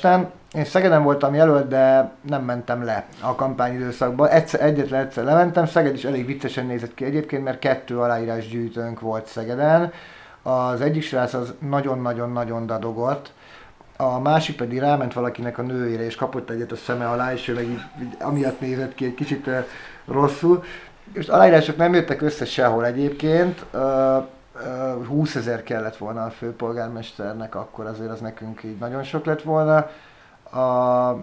én Szegeden voltam jelölt, de nem mentem le a kampányidőszakban. Egyszer, egyetlen egyszer lementem, Szeged is elég viccesen nézett ki egyébként, mert kettő aláírás gyűjtőnk volt Szegeden. Az egyik srác az nagyon-nagyon-nagyon dadogott, a másik pedig ráment valakinek a nőjére, és kapott egyet a szeme alá, és ő meg így, így amiatt nézett ki egy kicsit uh, rosszul. És aláírások nem jöttek össze sehol egyébként. Uh, uh, húszezer kellett volna a főpolgármesternek, akkor azért az nekünk így nagyon sok lett volna. Uh,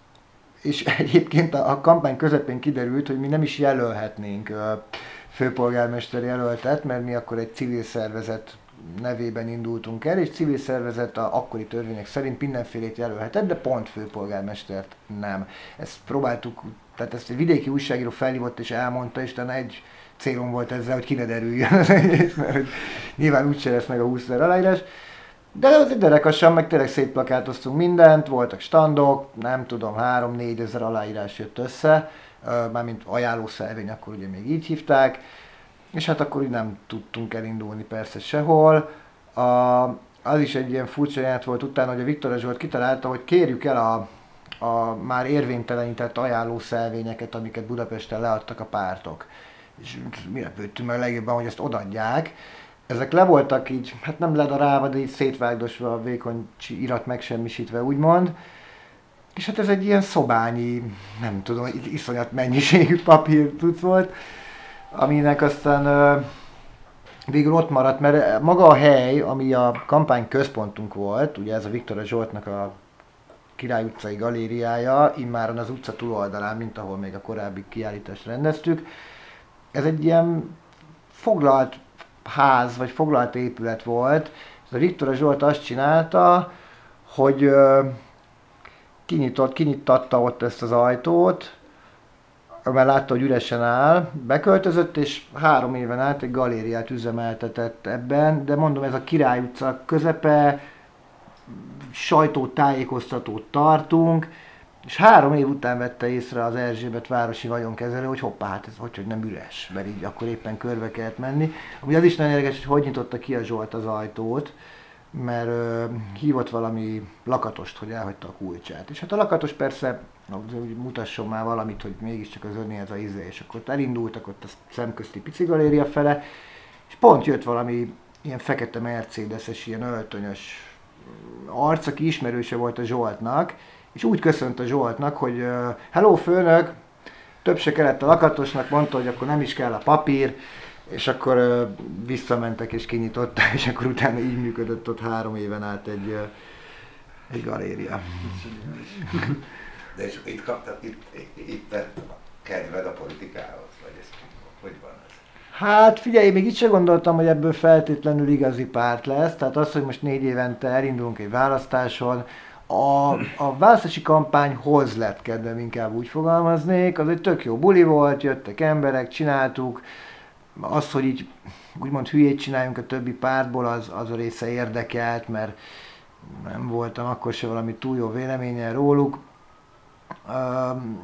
és egyébként a, a kampány közepén kiderült, hogy mi nem is jelölhetnénk uh, főpolgármester jelöltet, mert mi akkor egy civil szervezet nevében indultunk el, és civil szervezet a akkori törvények szerint mindenfélét jelölhetett, de pont főpolgármestert nem. Ezt próbáltuk, tehát ezt egy vidéki újságíró felhívott és elmondta, és talán egy célom volt ezzel, hogy ki ne derüljön az egész, mert hogy nyilván úgyse lesz meg a húszezer aláírás. De azért derekassan, meg tényleg szétplakátoztunk mindent, voltak standok, nem tudom, három-négy ezer aláírás jött össze, mármint ajánlószervény, akkor ugye még így hívták, és hát akkor így nem tudtunk elindulni persze sehol. A, az is egy ilyen furcsa jelent volt utána, hogy a Viktor Zsolt kitalálta, hogy kérjük el a, a már érvénytelenített ajánlószervényeket, amiket Budapesten leadtak a pártok. És mi lepődtünk meg legjobban, hogy ezt odaadják. Ezek le voltak így, hát nem ledarálva, de így szétvágdosva, a vékony irat megsemmisítve úgymond. És hát ez egy ilyen szobányi, nem tudom, iszonyat mennyiségű papír tudsz volt, aminek aztán uh, végül ott maradt, mert maga a hely, ami a kampány központunk volt, ugye ez a Viktor Zsoltnak a Király utcai galériája, immáron az utca túloldalán, mint ahol még a korábbi kiállítást rendeztük. Ez egy ilyen foglalt ház, vagy foglalt épület volt. Ez a Viktor Zsolt azt csinálta, hogy uh, kinyitott, kinyitatta ott ezt az ajtót, mert látta, hogy üresen áll, beköltözött, és három éven át egy galériát üzemeltetett ebben, de mondom, ez a Király utca közepe, sajtótájékoztatót tartunk, és három év után vette észre az Erzsébet városi vagyonkezelő, hogy hoppá, hát ez hogy, hogy nem üres, mert így akkor éppen körbe kellett menni. Ami az is nagyon érdekes, hogy hogy nyitotta ki a Zsolt az ajtót, mert ö, hívott valami lakatost, hogy elhagyta a kulcsát. És hát a lakatos persze hogy mutasson már valamit, hogy mégiscsak az öné ez a izé, és akkor ott elindultak ott a szemközti pici galéria fele, és pont jött valami ilyen fekete mercedeses, ilyen öltönyös arc, aki ismerőse volt a Zsoltnak, és úgy köszönt a Zsoltnak, hogy uh, hello főnök, több se kellett a lakatosnak, mondta, hogy akkor nem is kell a papír, és akkor uh, visszamentek és kinyitotta, és akkor utána így működött ott három éven át egy, uh, egy galéria. De és itt kaptak, itt, itt lett a kedved a politikához, vagy ez hogy van ez? Hát figyelj, én még itt sem gondoltam, hogy ebből feltétlenül igazi párt lesz, tehát az, hogy most négy évente elindulunk egy választáson, a, a választási kampányhoz lett kedvem, inkább úgy fogalmaznék, az egy tök jó buli volt, jöttek emberek, csináltuk, az, hogy így úgymond hülyét csináljunk a többi pártból, az, az a része érdekelt, mert nem voltam akkor se valami túl jó véleményen róluk. Um,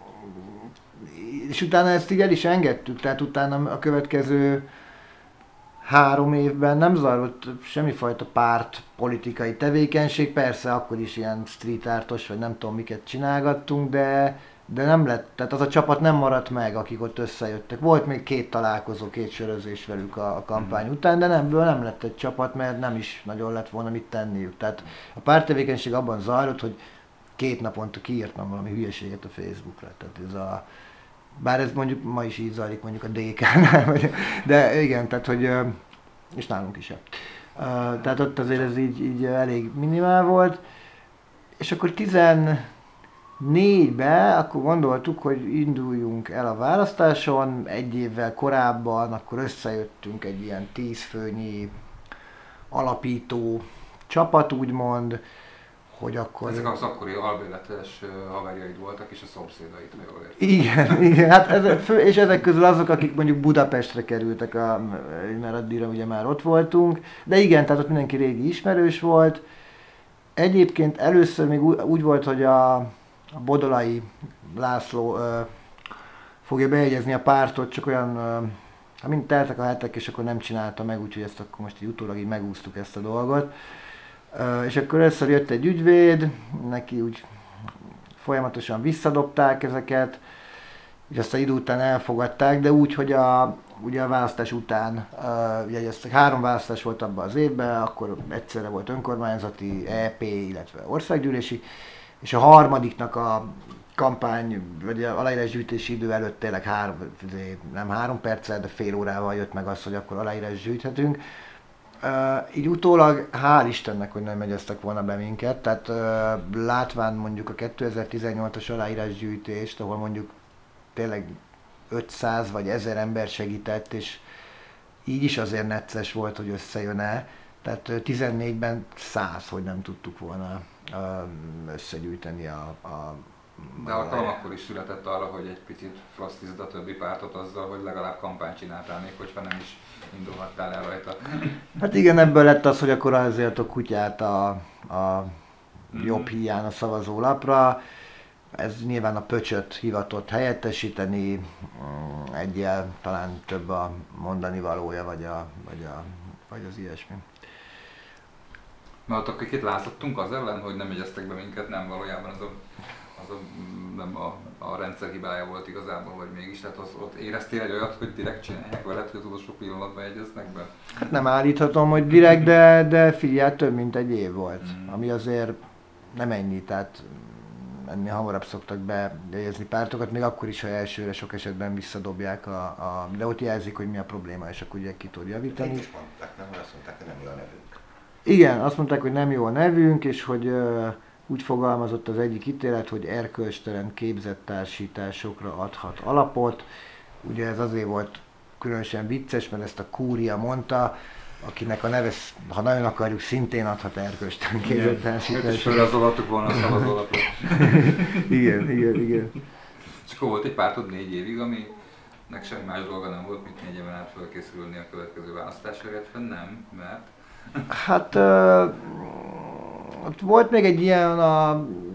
és utána ezt így el is engedtük, tehát utána a következő három évben nem zajlott semmifajta párt politikai tevékenység, persze akkor is ilyen street artos, vagy nem tudom miket csinálgattunk, de, de nem lett, tehát az a csapat nem maradt meg, akik ott összejöttek. Volt még két találkozó, két sörözés velük a, a kampány mm. után, de nemből nem lett egy csapat, mert nem is nagyon lett volna mit tenniük. Tehát a párttevékenység abban zajlott, hogy két naponta kiírtam valami hülyeséget a Facebookra, tehát ez a, bár ez mondjuk ma is így zajlik mondjuk a dé ká-nál, de igen, tehát hogy, és nálunk is. Tehát ott azért ez így, így elég minimál volt, és akkor tizennégyben akkor gondoltuk, hogy induljunk el a választáson, egy évvel korábban, akkor összejöttünk egy ilyen tíz főnyi alapító csapat, úgymond, hogy akkor... Ezek az akkori albérletes haverjaid voltak, és a szomszédaid, ha jól értem. Igen, igen, hát ez, fő, és ezek közül azok, akik mondjuk Budapestre kerültek, a, mert addigra ugye már ott voltunk, de igen, tehát ott mindenki régi ismerős volt. Egyébként először még úgy, úgy volt, hogy a, a Bodolai László ö, fogja bejegyezni a pártot, csak olyan, ö, mint teltek a hetek, és akkor nem csinálta meg, úgyhogy ezt akkor most így utólag így megúsztuk ezt a dolgot. És akkor először jött egy ügyvéd, neki úgy folyamatosan visszadobták ezeket, és aztán idő után elfogadták, de úgy, hogy a, ugye a választás után uh, jegyeztek. Három választás volt abban az évben, akkor egyszerre volt önkormányzati, é pé, illetve országgyűlési, és a harmadiknak a kampány, vagy a aláírásgyűjtési idő előtt tényleg három, nem három perccel, de fél órával jött meg az, hogy akkor aláírás gyűjthetünk. Uh, így utólag, hál' Istennek, hogy nem jegyeztek volna be minket, tehát uh, látván mondjuk a kétezer-tizennyolcas aláírásgyűjtést, ahol mondjuk tényleg ötszáz vagy ezer ember segített, és így is azért necces volt, hogy összejön-e. Tehát tizennégyben száz, hogy nem tudtuk volna összegyűjteni a... a De alkalom akkor is született arra, hogy egy picit flasztizd a többi pártot azzal, hogy legalább kampányt csináltál, még hogyha nem is indulhattál el rajta. Hát igen, ebből lett az, hogy akkor azért a kutyát a, a jobb híján a szavazólapra. Ez nyilván a pöcsöt hivatott helyettesíteni, egyel talán több a mondani valója, vagy, a, vagy, a, vagy az ilyesmi. Mert ott akkor két lázadtunk az ellen, hogy nem jegyeztek be minket, nem valójában az a, az a, nem a, a rendszer hibája volt igazából, vagy mégis, tehát az, ott éreztél egy olyat, hogy direkt csinálják veled, hogy az utolsó pillanatban jegyeznek be? Nem állíthatom, hogy direkt, de, de figyelj, több mint egy év volt, mm. ami azért nem ennyi, tehát ennél hamarabb szoktak bejegyezni pártokat, még akkor is, ha elsőre sok esetben visszadobják, a, a, de ott jelzik, hogy mi a probléma, és akkor ugye ki tud javítani. Így is mondták, nem? Azt mondták, hogy nem jó a nevünk. Igen, azt mondták, hogy nem jó a nevünk, és hogy uh, úgy fogalmazott az egyik ítélet, hogy erkölcstelen képzett társításokra adhat alapot. Ugye ez azért volt különösen vicces, mert ezt a kúria mondta, akinek a neve, ha nagyon akarjuk, szintén adhat erkölcstelen képzett társításokra. És felrajzolhattuk volna a szavazólapot. Igen, igen, igen. És akkor volt egy pártod négy évig, aminek semmi más dolga nem volt, mint négy éven át felkészülni a következő választásra, illetve nem, mert... Hát uh, ott volt még egy ilyen, a,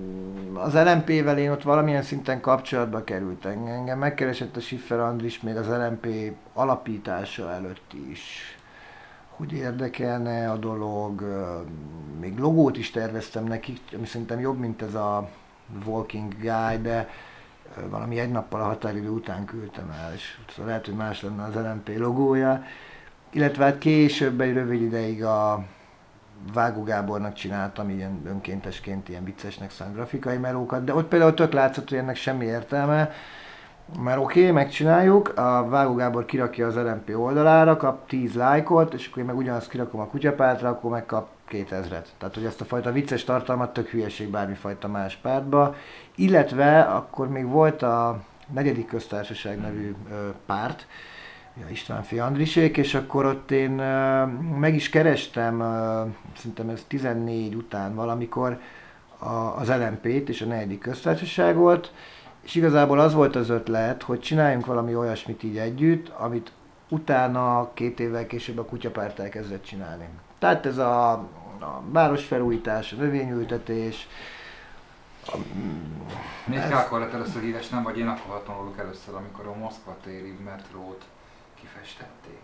az el em pé-vel én ott valamilyen szinten kapcsolatba került. Engem megkeresett a Schiffer Andris még az el em pé alapítása előtt is, hogy érdekelne a dolog. Még logót is terveztem nekik, ami szerintem jobb, mint ez a Walking Guy, de valami egy nappal a határidő után küldtem el, és lehet, hogy más lenne az el em pé logója. Illetve hát később egy rövid ideig a Vágó Gábornak csináltam ilyen önkéntesként ilyen viccesnek szánt grafikai melókat, de ott például tök látszott, hogy ennek semmi értelme, mert oké, okay, megcsináljuk, a Vágó Gábor kirakja az el em pé oldalára, kap tíz lájkot, és akkor én meg ugyanazt kirakom a kutyapártra, akkor megkap kétezret. Tehát, hogy ezt a fajta vicces tartalmat tök hülyeség bármifajta más pártba. Illetve akkor még volt a negyedik köztársaság nevű ö, párt, ja, István Andrisék, és akkor ott én uh, meg is kerestem, uh, szerintem ez tizennégy után valamikor a, az el em pét és a negyedik köztársaságot, és igazából az volt az ötlet, hogy csináljunk valami olyasmit így együtt, amit utána két évvel később a kutyapárt elkezdett csinálni. Tehát ez a, a városfelújítás, a növényültetés. A, Még ez... akkor lett először híres, nem? Vagy én akkor hattam róluk először, amikor a Moszkva téri metrót kifestették.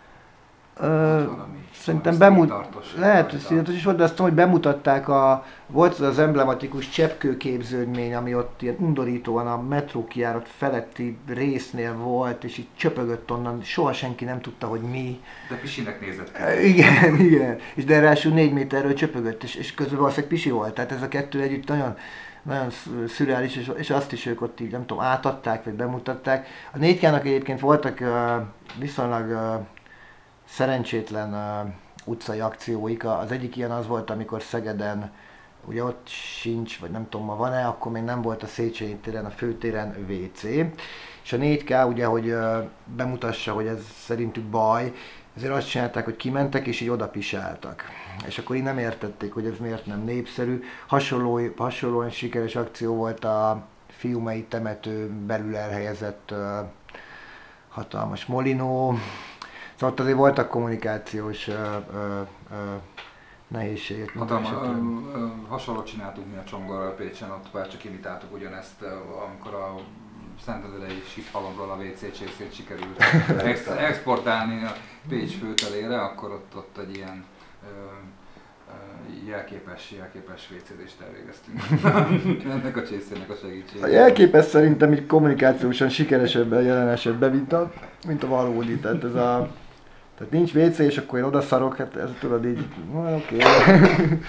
Ö, szerintem bemut... lehet, hogy színletes is volt, de azt tudom, hogy bemutatták a... Volt az az emblematikus cseppkőképződmény, ami ott ilyen undorítóan a metrókijárat feletti résznél volt, és így csöpögött onnan, soha senki nem tudta, hogy mi. De Pisinek nézett ki. Igen, igen. És de ráadásul négy méterről csöpögött, és, és közben valószínűleg Pisi volt, tehát ez a kettő együtt nagyon... nagyon szürreális, és, és azt is ők ott így, nem tudom, átadták, vagy bemutatták. A négy ká-nak egyébként voltak uh, viszonylag uh, szerencsétlen uh, utcai akcióik. Az egyik ilyen az volt, amikor Szegeden, ugye ott sincs, vagy nem tudom, ma van-e, akkor még nem volt a Széchenyi téren, a főtéren vé cé. És a négy ká ugye, hogy uh, bemutassa, hogy ez szerintük baj, ezért azt csinálták, hogy kimentek és így odapisáltak. És akkor így nem értették, hogy ez miért nem népszerű. Hasonló, hasonlóan sikeres akció volt a Fiumei temető belül elhelyezett uh, hatalmas molinó. Szóval ott azért voltak kommunikációs uh, uh, uh, nehézségek. Hatalmas, hasonlót csináltunk mi a Csongorral Pécsen, ott bár csak imitáltuk ugyanezt, amikor a Szentendrei Sithalomról a vé cé csészét sikerült ex- exportálni a Pécs főtelére, akkor ott, ott egy ilyen ö, ö, jelképes, jelképes vécézést elvégeztünk. Ennek a csészének a segítségével. A jelképes szerintem így kommunikációsan sikeresebben jelen esetben, mint a, mint a valódi. Tehát ez a... Tehát nincs vé cé, és akkor én odaszarok, hát ez tudod így, oké. Okay.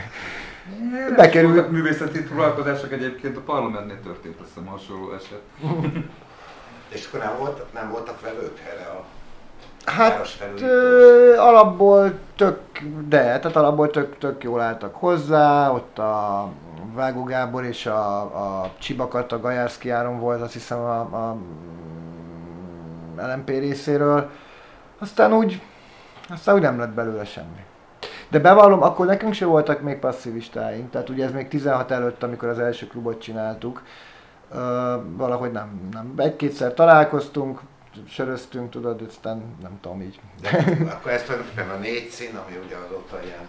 Bekerült művészeti próbálkozások egyébként a parlamentnél történt, azt hiszem hasonló eset. És akkor nem, volt, nem voltak velők erre a Hát ö, alapból tök, de, tehát alapból tök, tök jól álltak hozzá, ott a Vágó Gábor és a, a Csibakat, a Gajárszki Áron volt, azt hiszem a, a el em pé részéről, aztán úgy, aztán úgy nem lett belőle semmi. De bevallom, akkor nekünk se voltak még passzivistáink, tehát ugye ez még tizenhat előtt, amikor az első klubot csináltuk, uh, valahogy nem, nem. Egy-kétszer találkoztunk, söröztünk, tudod, aztán nem tudom így. De akkor ez tulajdonképpen a négy szín, ami ugye azóta ilyen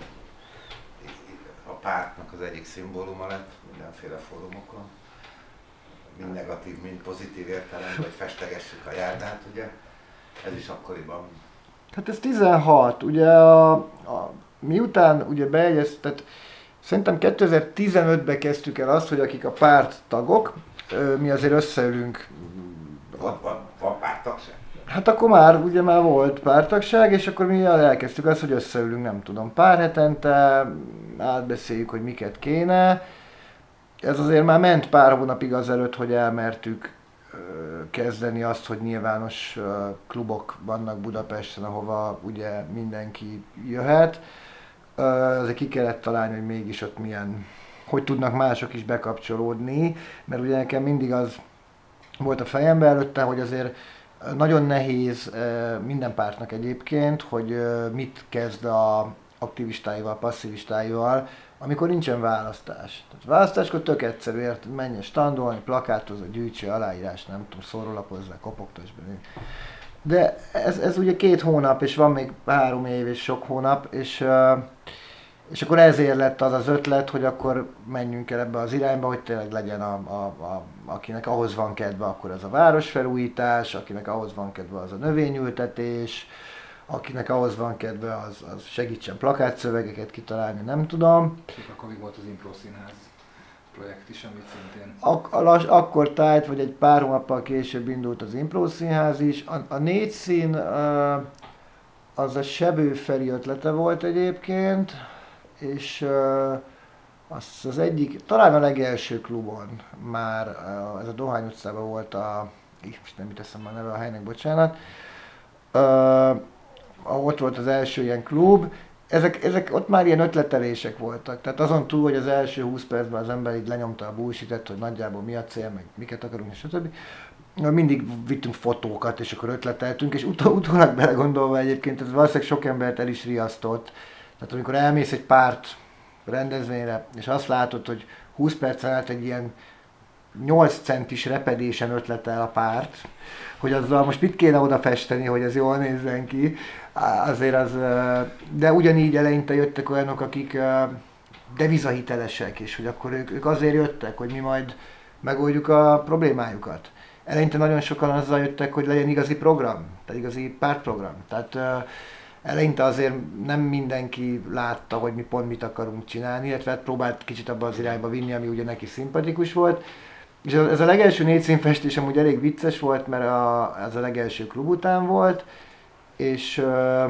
a pártnak az egyik szimbóluma lett mindenféle fórumokon. Mind negatív, mind pozitív értelemben, hogy festegessük a járdát, ugye? Ez is akkoriban. Hát ez tizenhat, ugye a, a miután ugye beegyeztet, szerintem kétezer-tizenötben kezdtük el azt, hogy akik a párt tagok, mi azért összeülünk. Van, van, van pártagság? Hát akkor már, ugye már volt pártagság, és akkor mi elkezdtük azt, hogy összeülünk, nem tudom, pár hetente, átbeszéljük, hogy miket kéne. Ez azért már ment pár hónapig azelőtt, hogy elmertük kezdeni azt, hogy nyilvános klubok vannak Budapesten, ahova ugye mindenki jöhet. Azért ki kellett találni, hogy mégis ott milyen, hogy tudnak mások is bekapcsolódni, mert ugye nekem mindig az volt a fejemben előtte, hogy azért nagyon nehéz minden pártnak egyébként, hogy mit kezd a aktivistáival, passzivistáival, amikor nincsen választás. Tehát választáskor tök egyszerű, ért, menjen standolni, plakátozza, gyűjtse aláírás, nem tudom, szórólapozza, kopogtass be. De ez, ez ugye két hónap, és van még három év és sok hónap, és, és akkor ezért lett az az ötlet, hogy akkor menjünk el ebbe az irányba, hogy tényleg legyen, a, a, a, akinek ahhoz van kedve, akkor ez a városfelújítás, akinek ahhoz van kedve, az a növényültetés, akinek ahhoz van kedve, az, az segítsen plakátszövegeket kitalálni, nem tudom. És akkor még volt az Impro Színház projekt is, amit szintén... Ak- las, akkor tájt, vagy egy pár hónappal később indult az Impro Színház is. A, a négy szín uh, az a Sebő Feri ötlete volt egyébként, és uh, az, az egyik, talán a legelső klubon már, uh, ez a Dohány utcában volt a, most nem jut eszembe a neve a helynek, bocsánat, uh, ott volt az első ilyen klub, ezek, ezek ott már ilyen ötletelések voltak, tehát azon túl, hogy az első húsz percben az ember így lenyomta a bullshit-et, hogy nagyjából mi a cél, meg miket akarunk, és stb. Mindig vittünk fotókat, és akkor ötleteltünk, és utó, utólag belegondolva egyébként ez valószínűleg sok embert el is riasztott. Tehát amikor elmész egy párt rendezvényre, és azt látod, hogy húsz percen át egy ilyen nyolc centis repedésen ötletel a párt, hogy azzal most mit kéne oda festeni, hogy ez jól nézzen ki, azért az, de ugyanígy eleinte jöttek olyanok, akik devizahitelesek, és hogy akkor ők, ők azért jöttek, hogy mi majd megoldjuk a problémájukat. Eleinte nagyon sokan azzal jöttek, hogy legyen igazi program, tehát igazi pártprogram. Tehát eleinte azért nem mindenki látta, hogy mi pont mit akarunk csinálni, illetve próbált kicsit abba az irányba vinni, ami ugye neki szimpatikus volt. És ez a legelső négy színfestés amúgy elég vicces volt, mert a, ez a legelső klub után volt, és ö,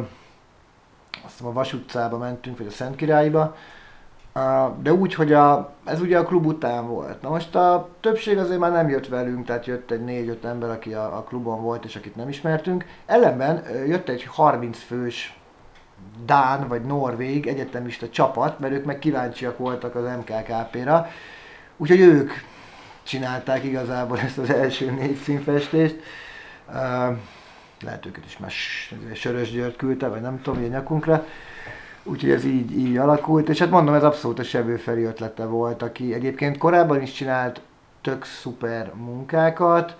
azt hiszem a Vas utcába mentünk, vagy a Szentkirályiba, uh, de úgy, hogy a, ez ugye a klub után volt. Na most a többség azért már nem jött velünk, tehát jött egy négy-öt ember, aki a, a klubon volt, és akit nem ismertünk. Ellenben jött egy harminc fős dán vagy norvég egyetemista csapat, mert ők meg kíváncsiak voltak az em ká ká pé-ra, úgyhogy ők csinálták igazából ezt az első négy színfestést. Uh, lehet őket is már Sörös György küldte, vagy nem tudom, ilyen nyakunkra. Úgyhogy ez így, így alakult, és hát mondom, ez abszolút a Sebő Feri ötlete volt, aki egyébként korábban is csinált tök szuper munkákat.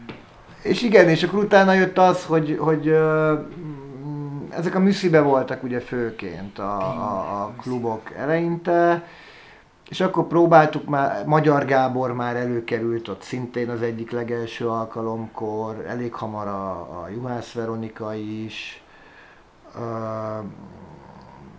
És igen, és akkor utána jött az, hogy, hogy uh, ezek a műszibe voltak ugye főként a, a, a klubok eleinte, és akkor próbáltuk már, Magyar Gábor már előkerült ott szintén az egyik legelső alkalomkor, elég hamar a, a Juhász Veronika is, uh,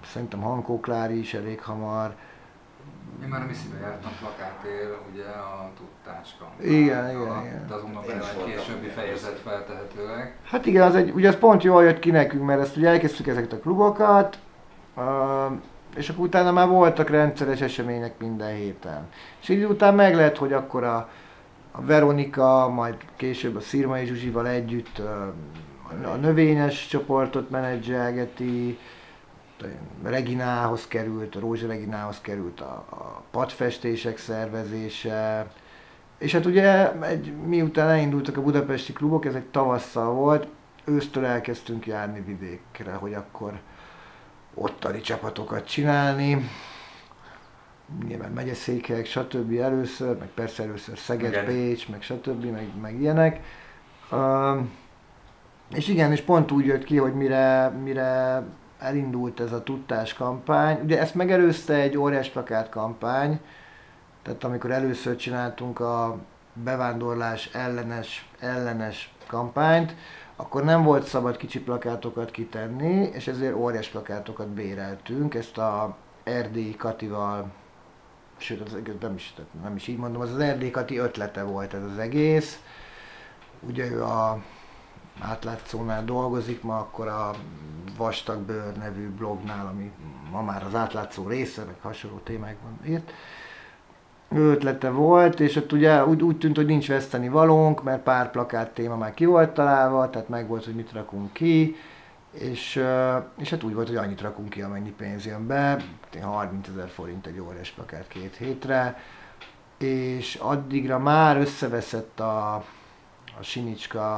szerintem Hankó Klári is elég hamar. Én már a misszibe jártam plakátér, ugye a tudtás kampány. Igen, igen, igen. De azonban benne egy későbbi fejezet feltehetőleg. Hát igen, az egy, ugye az pont jól jött ki nekünk, mert ezt ugye elkezdtük ezeket a klubokat, uh, és akkor utána már voltak rendszeres események minden héten. És így utána meg lehet, hogy akkor a, a Veronika, majd később a Szirmai Zsuzsival együtt uh, a növényes csoportot menedzselgeti, Reginához került, a Rózsa Reginához került a, a padfestések szervezése, és hát ugye egy, miután elindultak a budapesti klubok, ez egy tavasszal volt, ősztől elkezdtünk járni vidékre, hogy akkor ottani csapatokat csinálni, nyilván megyeszékhelyek, stb. Először, meg persze először Szeged, igen. Pécs, meg stb. meg, meg ilyenek. Uh, és igen, és pont úgy jött ki, hogy mire, mire elindult ez a tudtás kampány. Ugye ezt megelőzte egy óriás plakát kampány, tehát amikor először csináltunk a bevándorlás ellenes, ellenes kampányt, akkor nem volt szabad kicsi plakátokat kitenni, és ezért óriás plakátokat béreltünk. Ezt a Erdélyi Katival, sőt, az, nem, is, nem is így mondom, az az Erdélyi Kati ötlete volt ez az egész. Ugye ő a Átlátszónál dolgozik, ma akkor a Vastagbőr nevű blognál, ami ma már az Átlátszó része, meg hasonló témákban írt. Ő ötlete volt, és ott ugye úgy, úgy tűnt, hogy nincs veszteni valónk, mert pár plakát téma már ki volt találva, tehát meg volt, hogy mit rakunk ki, és, és hát úgy volt, hogy annyit rakunk ki, amennyi pénz jön be, harmincezer forint egy óriás plakát két hétre, és addigra már összeveszett a, a Sinicska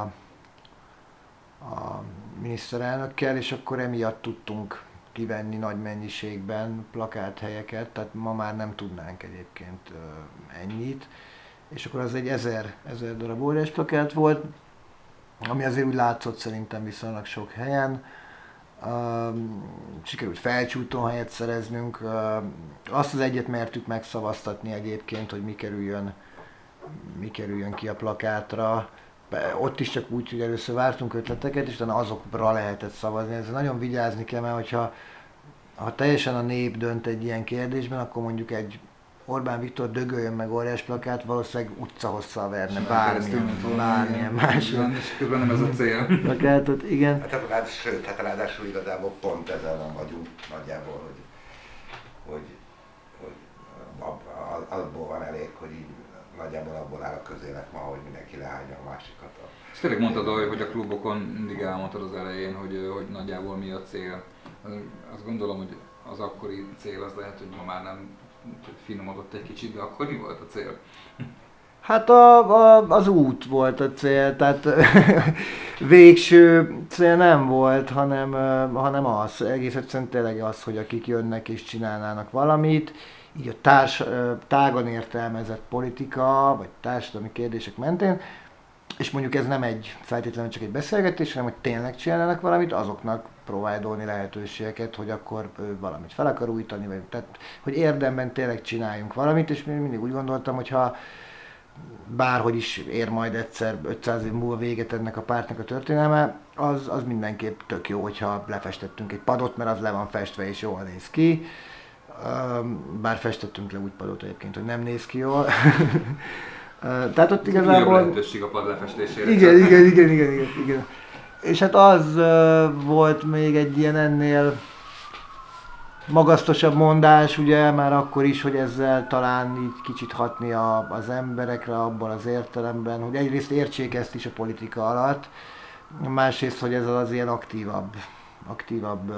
a miniszterelnökkel, és akkor emiatt tudtunk kivenni nagy mennyiségben plakáthelyeket, tehát ma már nem tudnánk egyébként ennyit. És akkor az egy ezer, ezer darab óriás plakát volt, ami azért úgy látszott szerintem viszonylag sok helyen. Sikerült Felcsúton helyet szereznünk. Azt az egyet mertük megszavaztatni egyébként, hogy mi kerüljön, mi kerüljön ki a plakátra. Ott is csak úgy, hogy először vártunk ötleteket, és utána azokra lehetett szavazni. Ezzel nagyon vigyázni kell, mert hogyha ha teljesen a nép dönt egy ilyen kérdésben, akkor mondjuk egy Orbán Viktor dögöljön meg óriás plakát, valószínűleg utcahosszal verne bármilyen, bármilyen más. És közben nem ez a cél. Plakátot, igen. Hát, hát, sőt, hát ráadásul igazából pont ezzel nem vagyunk nagyjából, hogy, hogy, hogy abból van elég, hogy így nagyjából abból áll a közélet ma, hogy mindenki lehányja a másikat. És tényleg mondtad, hogy a klubokon mindig elmondtad az elején, hogy, hogy nagyjából mi a cél. Azt gondolom, hogy az akkori cél az lehet, hogy ma már nem finomodott egy kicsit, de akkor mi volt a cél? Hát a, a, az út volt a cél, tehát végső cél nem volt, hanem, hanem az, egész egyszerűen tényleg az, hogy akik jönnek és csinálnának valamit, így a társ, tágan értelmezett politika, vagy társadalmi kérdések mentén, és mondjuk ez nem egy feltétlenül csak egy beszélgetés, hanem hogy tényleg csinálnak valamit, azoknak provide-olni lehetőségeket, hogy akkor ő valamit fel akar újítani, vagy tehát, hogy érdemben tényleg csináljunk valamit, és mindig úgy gondoltam, hogy ha bárhogy is ér majd egyszer ötszáz év múlva véget ennek a pártnak a történelme, az, az mindenképp tök jó, hogyha lefestettünk egy padot, mert az le van festve és jól néz ki. Bár festettünk le úgy padot egyébként, hogy nem néz ki jól. Tehát ott igazából... lehetőség a pad lefestésére. Igen, igen, igen, igen, igen, igen. És hát az volt még egy ilyen ennél magasztosabb mondás, ugye már akkor is, hogy ezzel talán így kicsit hatni a, az emberekre abban az értelemben, hogy egyrészt értsék ezt is a politika alatt, másrészt, hogy ez az ilyen aktívabb, aktívabb,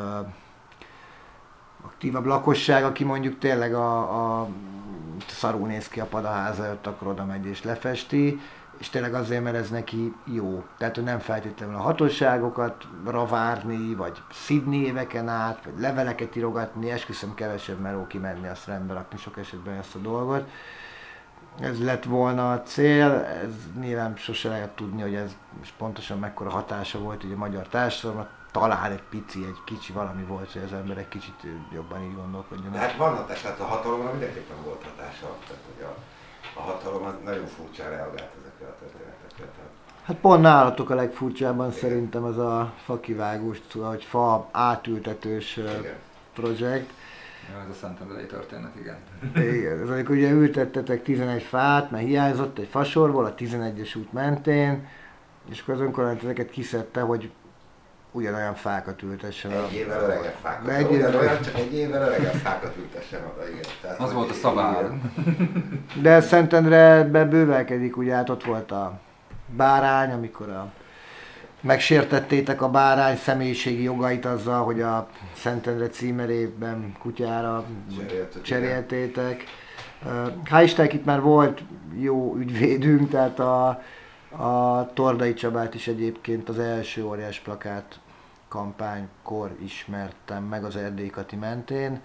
aktívabb lakosság, aki mondjuk tényleg a, a szarul néz ki a pad a háza előtt, akkor oda megy és lefesti, és tényleg azért, mert ez neki jó. Tehát, hogy nem feltétlenül a hatóságokat várni, vagy szidni éveken át, vagy leveleket írogatni, esküszöm kevesebb meló kimenni, azt rendbe rakni sok esetben ezt a dolgot. Ez lett volna a cél, ez nyilván sose lehet tudni, hogy ez most pontosan mekkora hatása volt ugye a magyar társadalomnak. Talán egy pici, egy kicsi valami volt, hogy az emberek kicsit jobban így gondolkodjanak. Hát van hatása, hát a hatalomra mindenképpen volt hatása, tehát hogy a, a hatalom az nagyon furcsán reagált ezekre a történetekre. Tehát... Hát pont nálatok a legfurcsábban igen. Szerintem az a fakivágós, vagy fa átültetős igen. projekt. Ja, ez a Szentendrei történet, igen. Igen, ez amikor ugye ültettetek tizenegy fát, mert hiányzott egy fasorból a tizenegyes út mentén, és akkor az önkormányzat ezeket kiszedte, hogy ugyanolyan fákat ültessen. Egy évvel öregebb fákat. Egy évvel olyan, csak egy évvel öregebb fákat ültessen oda, igen. Tehát, Az volt a szabály. De Szentendreben bővelkedik, ugye hát ott volt a bárány, amikor a megsértettétek a bárány személyiségi jogait azzal, hogy a Szentendre címerében kutyára Cseréltük, cseréltétek. Hál' Istennek itt már volt jó ügyvédünk, tehát a, a Tordai Csabát is egyébként az első óriás plakát kampánykor ismertem meg az Erdélyi Kati mentén.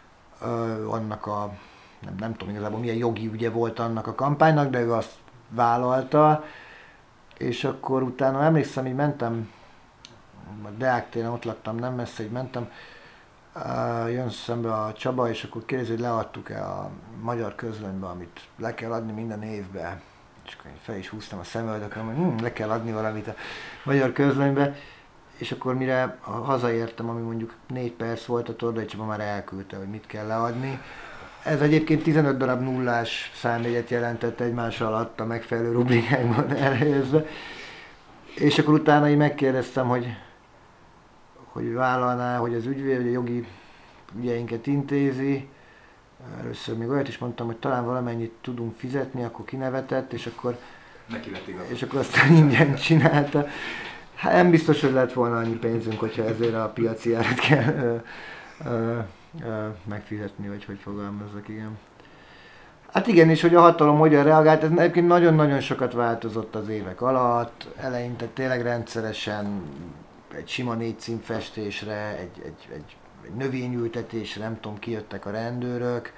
Annak a, nem, nem tudom igazából milyen jogi ügye volt annak a kampánynak, de ő azt vállalta. És akkor utána emlékszem, így mentem, a Deák téren ott laktam, nem messze, így mentem, jön szembe a Csaba, és akkor kérdezi, hogy leadtuk-e a Magyar Közlönybe, amit le kell adni minden évben. És akkor én fel is húztam a szemöldököm, hogy hm, le kell adni valamit a Magyar Közlönybe. És akkor mire hazaértem, ami mondjuk négy perc volt, a Tordai Csaba már elküldte, hogy mit kell leadni. Ez egyébként tizenöt darab nullás számjegyet jelentett egymás alatt a megfelelő rubrikákban elhelyezve. És akkor utána így megkérdeztem, hogy, hogy vállalná, hogy az ügyvéd, hogy a jogi ügyeinket intézi. Először még olyat is mondtam, hogy talán valamennyit tudunk fizetni, akkor kinevetett, és akkor, és akkor aztán ingyen csinálta. Hát nem biztos, hogy lett volna annyi pénzünk, hogyha ezért a piaci árat kell ö, ö, ö, megfizetni, vagy hogy fogalmazzak, igen. Hát igen, és hogy a hatalom hogyan reagált, ez egyébként nagyon-nagyon sokat változott az évek alatt. Eleinte tényleg rendszeresen egy sima négy címfestésre, egy, egy, egy, egy növényültetésre, nem tudom, kijöttek a rendőrök.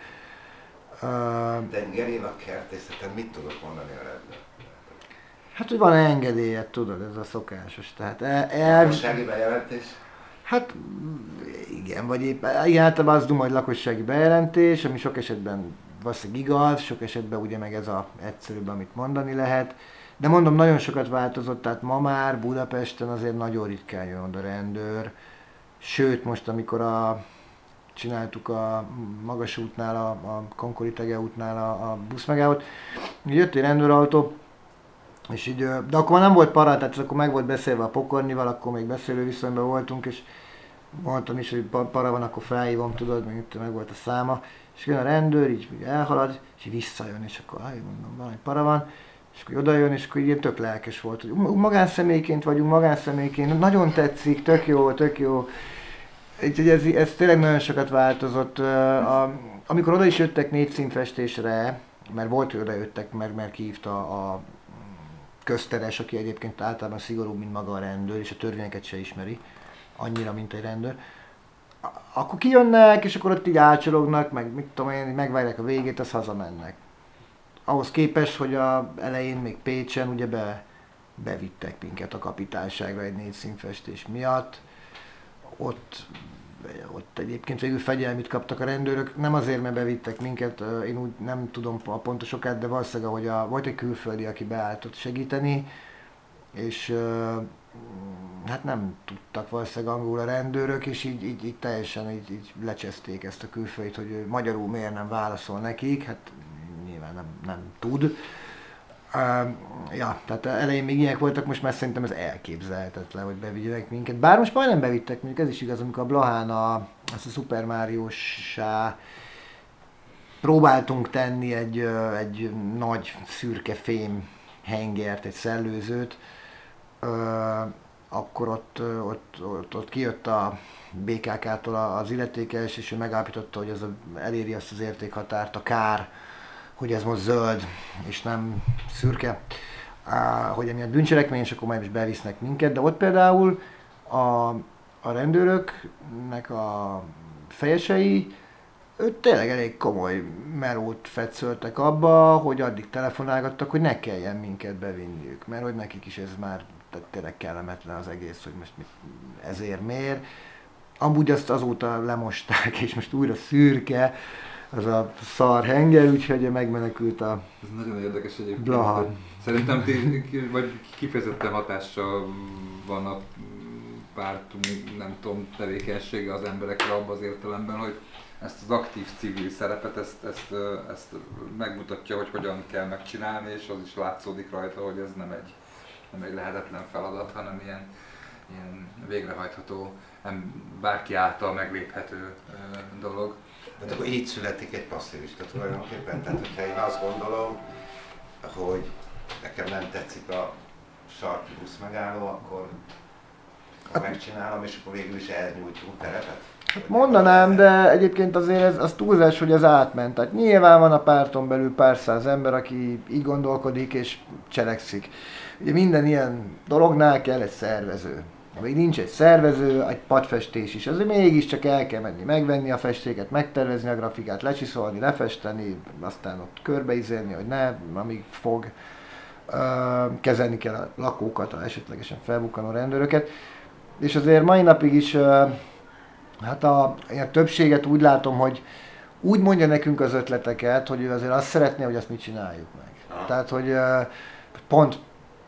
De Gerén a kertészeten mit tudok mondani a rendőr? Hát, hogy van engedélyed, tudod, ez a szokásos. Tehát el, el... Lakossági bejelentés? Hát igen, vagy épp, igen, általában az duma, hogy lakossági bejelentés, ami sok esetben valószínűleg igaz, sok esetben ugye meg ez a egyszerűbb, amit mondani lehet. De mondom, nagyon sokat változott, tehát ma már Budapesten azért nagyon ritkán jön oda rendőr. Sőt, most amikor a, csináltuk a Magas útnál, a, a Konkoli Tege útnál a, a buszmegállót, jött egy rendőrautó, és így, de akkor már nem volt para, tehát akkor meg volt beszélve a Pokornival, akkor még beszélő viszonyban voltunk, és mondtam is, hogy para van, akkor felhívom, tudod, meg, meg volt a száma, és jön a rendőr, így, így elhalad, és így visszajön, és akkor hát, mondom, valami para van, és akkor oda jön, és akkor így tök lelkes volt, hogy magánszemélyként vagyunk, magánszemélyként, nagyon tetszik, tök jó, tök jó. Úgyhogy ez, ez tényleg nagyon sokat változott. A, amikor oda is jöttek négy címfestésre, mert volt, hogy oda jöttek, mert, mert kihívta a közteres, aki egyébként általában szigorúbb, mint maga a rendőr, és a törvényeket se ismeri, annyira, mint egy rendőr. Akkor kijönnek, és akkor ott így ácsorognak, meg mit tudom én, megvárják a végét, az hazamennek. Ahhoz képest, hogy a elején még Pécsen ugye be, bevittek minket a kapitányságra egy négy színfestés miatt. Ott, ott egyébként végül fegyelmit kaptak a rendőrök, nem azért, mert bevittek minket, én úgy nem tudom a pontos okát, de valószínűleg, hogy a, volt egy külföldi, aki beállt ott segíteni, és hát nem tudtak valószínűleg angolul a rendőrök, és így, így, így teljesen így, így lecseszték ezt a külföldit, hogy ő magyarul miért nem válaszol nekik, hát nyilván nem, nem tud. Uh, ja, tehát elején még ilyenek voltak, most már szerintem ez elképzelhetetlen, hogy bevigyenek minket. Bár most majdnem bevittek, mondjuk ez is igaz, amikor a Blahán a, azt a Super Mario-sá próbáltunk tenni egy, egy nagy szürke fém hengert, egy szellőzőt, uh, akkor ott, ott, ott, ott kijött a bé ká ká-tól az illetékes, és ő megállapította, hogy ez a, eléri azt az értékhatárt, a kár, hogy ez most zöld, és nem szürke, hogy emiatt bűncselekmény, és akkor majd is bevisznek minket, de ott például a, a rendőröknek a fejesei, ők tényleg elég komoly melót fetszöltek abba, hogy addig telefonálgattak, hogy ne kelljen minket bevinniük, mert hogy nekik is ez már tehát tényleg kellemetlen az egész, hogy most mit, ezért miért. Amúgy azt azóta lemosták, és most újra szürke, az a szar henger, úgyhogy megmenekült a Ez nagyon érdekes egyébként. Blaha. Szerintem ti, vagy kifejezetten hatással van a párt, nem tudom, tevékenysége az emberekre abban az értelemben, hogy ezt az aktív civil szerepet, ezt, ezt, ezt megmutatja, hogy hogyan kell megcsinálni, és az is látszódik rajta, hogy ez nem egy, nem egy lehetetlen feladat, hanem ilyen, ilyen végrehajtható, bárki által megléphető dolog. Tehát akkor így születik egy passzivista tulajdonképpen. Tehát, hogyha én azt gondolom, hogy nekem nem tetszik a sarki busz megálló, akkor megcsinálom, és akkor végül is elnyújtunk terepet. Mondanám, de egyébként azért ez az túlzás, hogy ez átment. Tehát nyilván van a párton belül pár száz ember, aki így gondolkodik és cselekszik. Ugye minden ilyen dolognál kell egy szervező. Ha még nincs egy szervező, egy padfestés is, azért mégiscsak el kell menni, megvenni a festéket, megtervezni a grafikát, lecsiszolni, lefesteni, aztán ott körbeizélni, hogy ne, amíg fog. Kezelni kell a lakókat, a esetlegesen felbukkanó rendőröket. És azért mai napig is hát a, a többséget úgy látom, hogy úgy mondja nekünk az ötleteket, hogy ő azért azt szeretné, hogy azt mi csináljuk meg. Ah. Tehát, hogy pont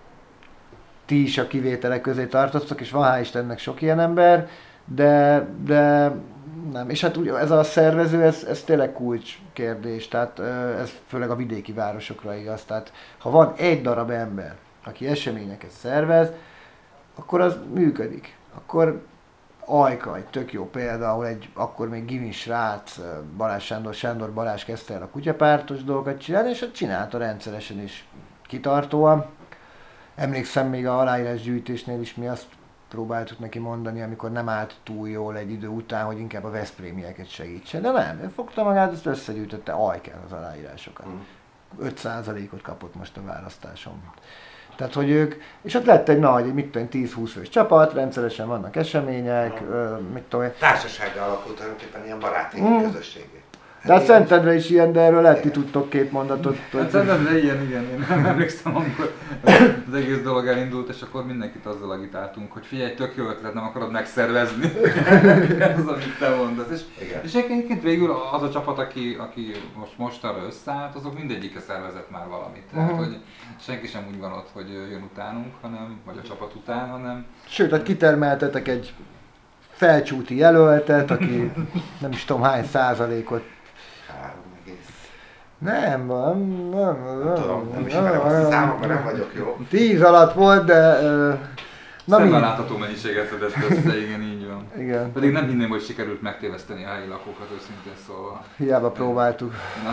ti is a kivételek közé tartoztok, és van hál' Istennek sok ilyen ember, de, de nem. És hát ez a szervező, ez, ez tényleg kulcskérdés, tehát ez főleg a vidéki városokra igaz. Tehát ha van egy darab ember, aki eseményeket szervez, akkor az működik. Akkor Ajka, egy tök jó példa, ahol egy akkor még gimis srác, Balázs Sándor, Sándor Balázs kezdte el a kutyapártos dolgokat csinálni, és csinálta rendszeresen is kitartóan. Emlékszem még a aláírásgyűjtésnél is mi azt próbáltuk neki mondani, amikor nem állt túl jól egy idő után, hogy inkább a veszprémieket segítsen. De nem, ő fogta magát, ezt összegyűjtötte Ajkán az aláírásokat. öt százalékot kapott most a választáson. Tehát, hogy ők, és ott lett egy nagy, mit tudom, tíz-húsz fős csapat, rendszeresen vannak események, uh, mit tudom én. Társasága alakult tulajdonképpen ilyen baráti mm. közösségé. De a Szentendre is ilyen, de erről lehet, ti tudtok két mondatot. Hát Szentendre ilyen, igen, én nem emlékszem, amikor az egész dolog elindult, és akkor mindenkit azzal agitáltunk, hogy figyelj, tök jó ötlet, nem akarod megszervezni. Ez, amit te mondasz. És, és egyébként végül az a csapat, aki, aki most mostanra összeállt, azok mindegyike szervezett már valamit. Tehát, uh-huh. hogy senki sem úgy van ott, hogy jön utánunk, hanem, vagy a csapat után, hanem... Sőt, hát kitermeltetek egy felcsúti jelöltet, aki nem is tudom hány százalékot. Három egész. Nem, nem, nem, nem, tudom, nem ismerem azt a számokban, nem vagyok jó. Tíz alatt volt, de... Uh, Szemmel látható mennyiséget szedett össze, igen, így van. Igen. Pedig nem hinném, hogy sikerült megtéveszteni a helyi lakókat, őszintén szólva. Hiába próbáltuk.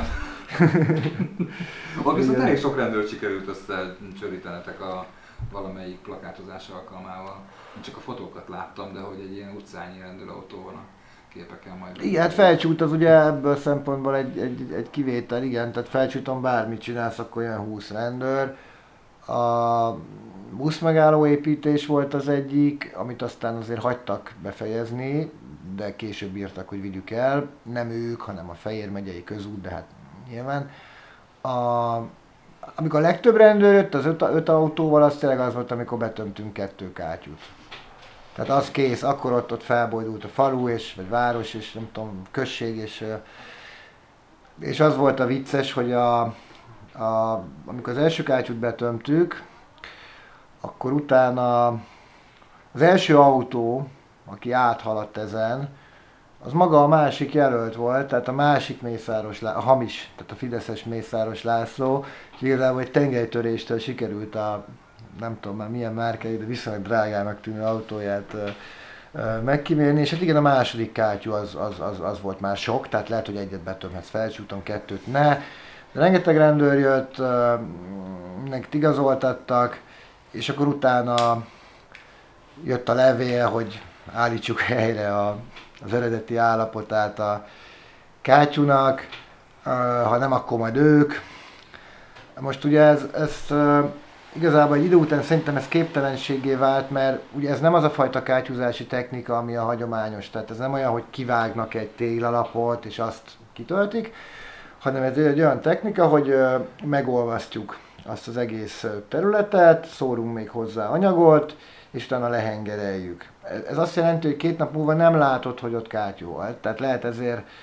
Ott viszont elég sok rendőrt sikerült összecsörítenetek a valamelyik plakátozás alkalmával. Én csak a fotókat láttam, de hogy egy ilyen utcányi rendőrautó van a képeken majd. Igen, hát Felcsút az ugye ebből szempontból egy, egy, egy kivétel, igen, tehát Felcsúton bármit csinálsz, akkor olyan húsz rendőr. A buszmegálló építés volt az egyik, amit aztán azért hagytak befejezni, de később bírtak, hogy vigyük el. Nem ők, hanem a Fejér megyei közút, de hát nyilván. A, amikor a legtöbb rendőr jött, az öt, öt autóval, az tényleg az volt, amikor betömtünk kettő kátyút. Tehát az kész, akkor ott, ott felbojdult a falu, és, vagy város, és nem tudom, község, és, és az volt a vicces, hogy a, a, amikor az első kátyút betömtük, akkor utána az első autó, aki áthaladt ezen, az maga a másik jelölt volt, tehát a másik Mészáros, a hamis, tehát a fideszes Mészáros László, és igazából egy tengelytöréstől sikerült a, nem tudom már milyen márkájú, de viszonylag drágának tűnő autóját megkímélni, és hát igen, a második kátyú az, az, az, az volt már sok, tehát lehet, hogy egyet betömhetsz Felcsúton, kettőt ne. De rengeteg rendőr jött, mindenkit igazoltattak, és akkor utána jött a levél, hogy állítsuk helyre a, az eredeti állapotát a kátyúnak, ha nem, akkor majd ők. Most ugye ez, ez igazából egy idő után szerintem ez képtelenségé vált, mert ugye ez nem az a fajta kátyúzási technika, ami a hagyományos, tehát ez nem olyan, hogy kivágnak egy téglalapot és azt kitöltik, hanem ez egy olyan technika, hogy megolvasztjuk azt az egész területet, szórunk még hozzá anyagot, és utána lehengereljük. Ez azt jelenti, hogy két nap múlva nem látod, hogy ott kátyú volt. Tehát lehet ezért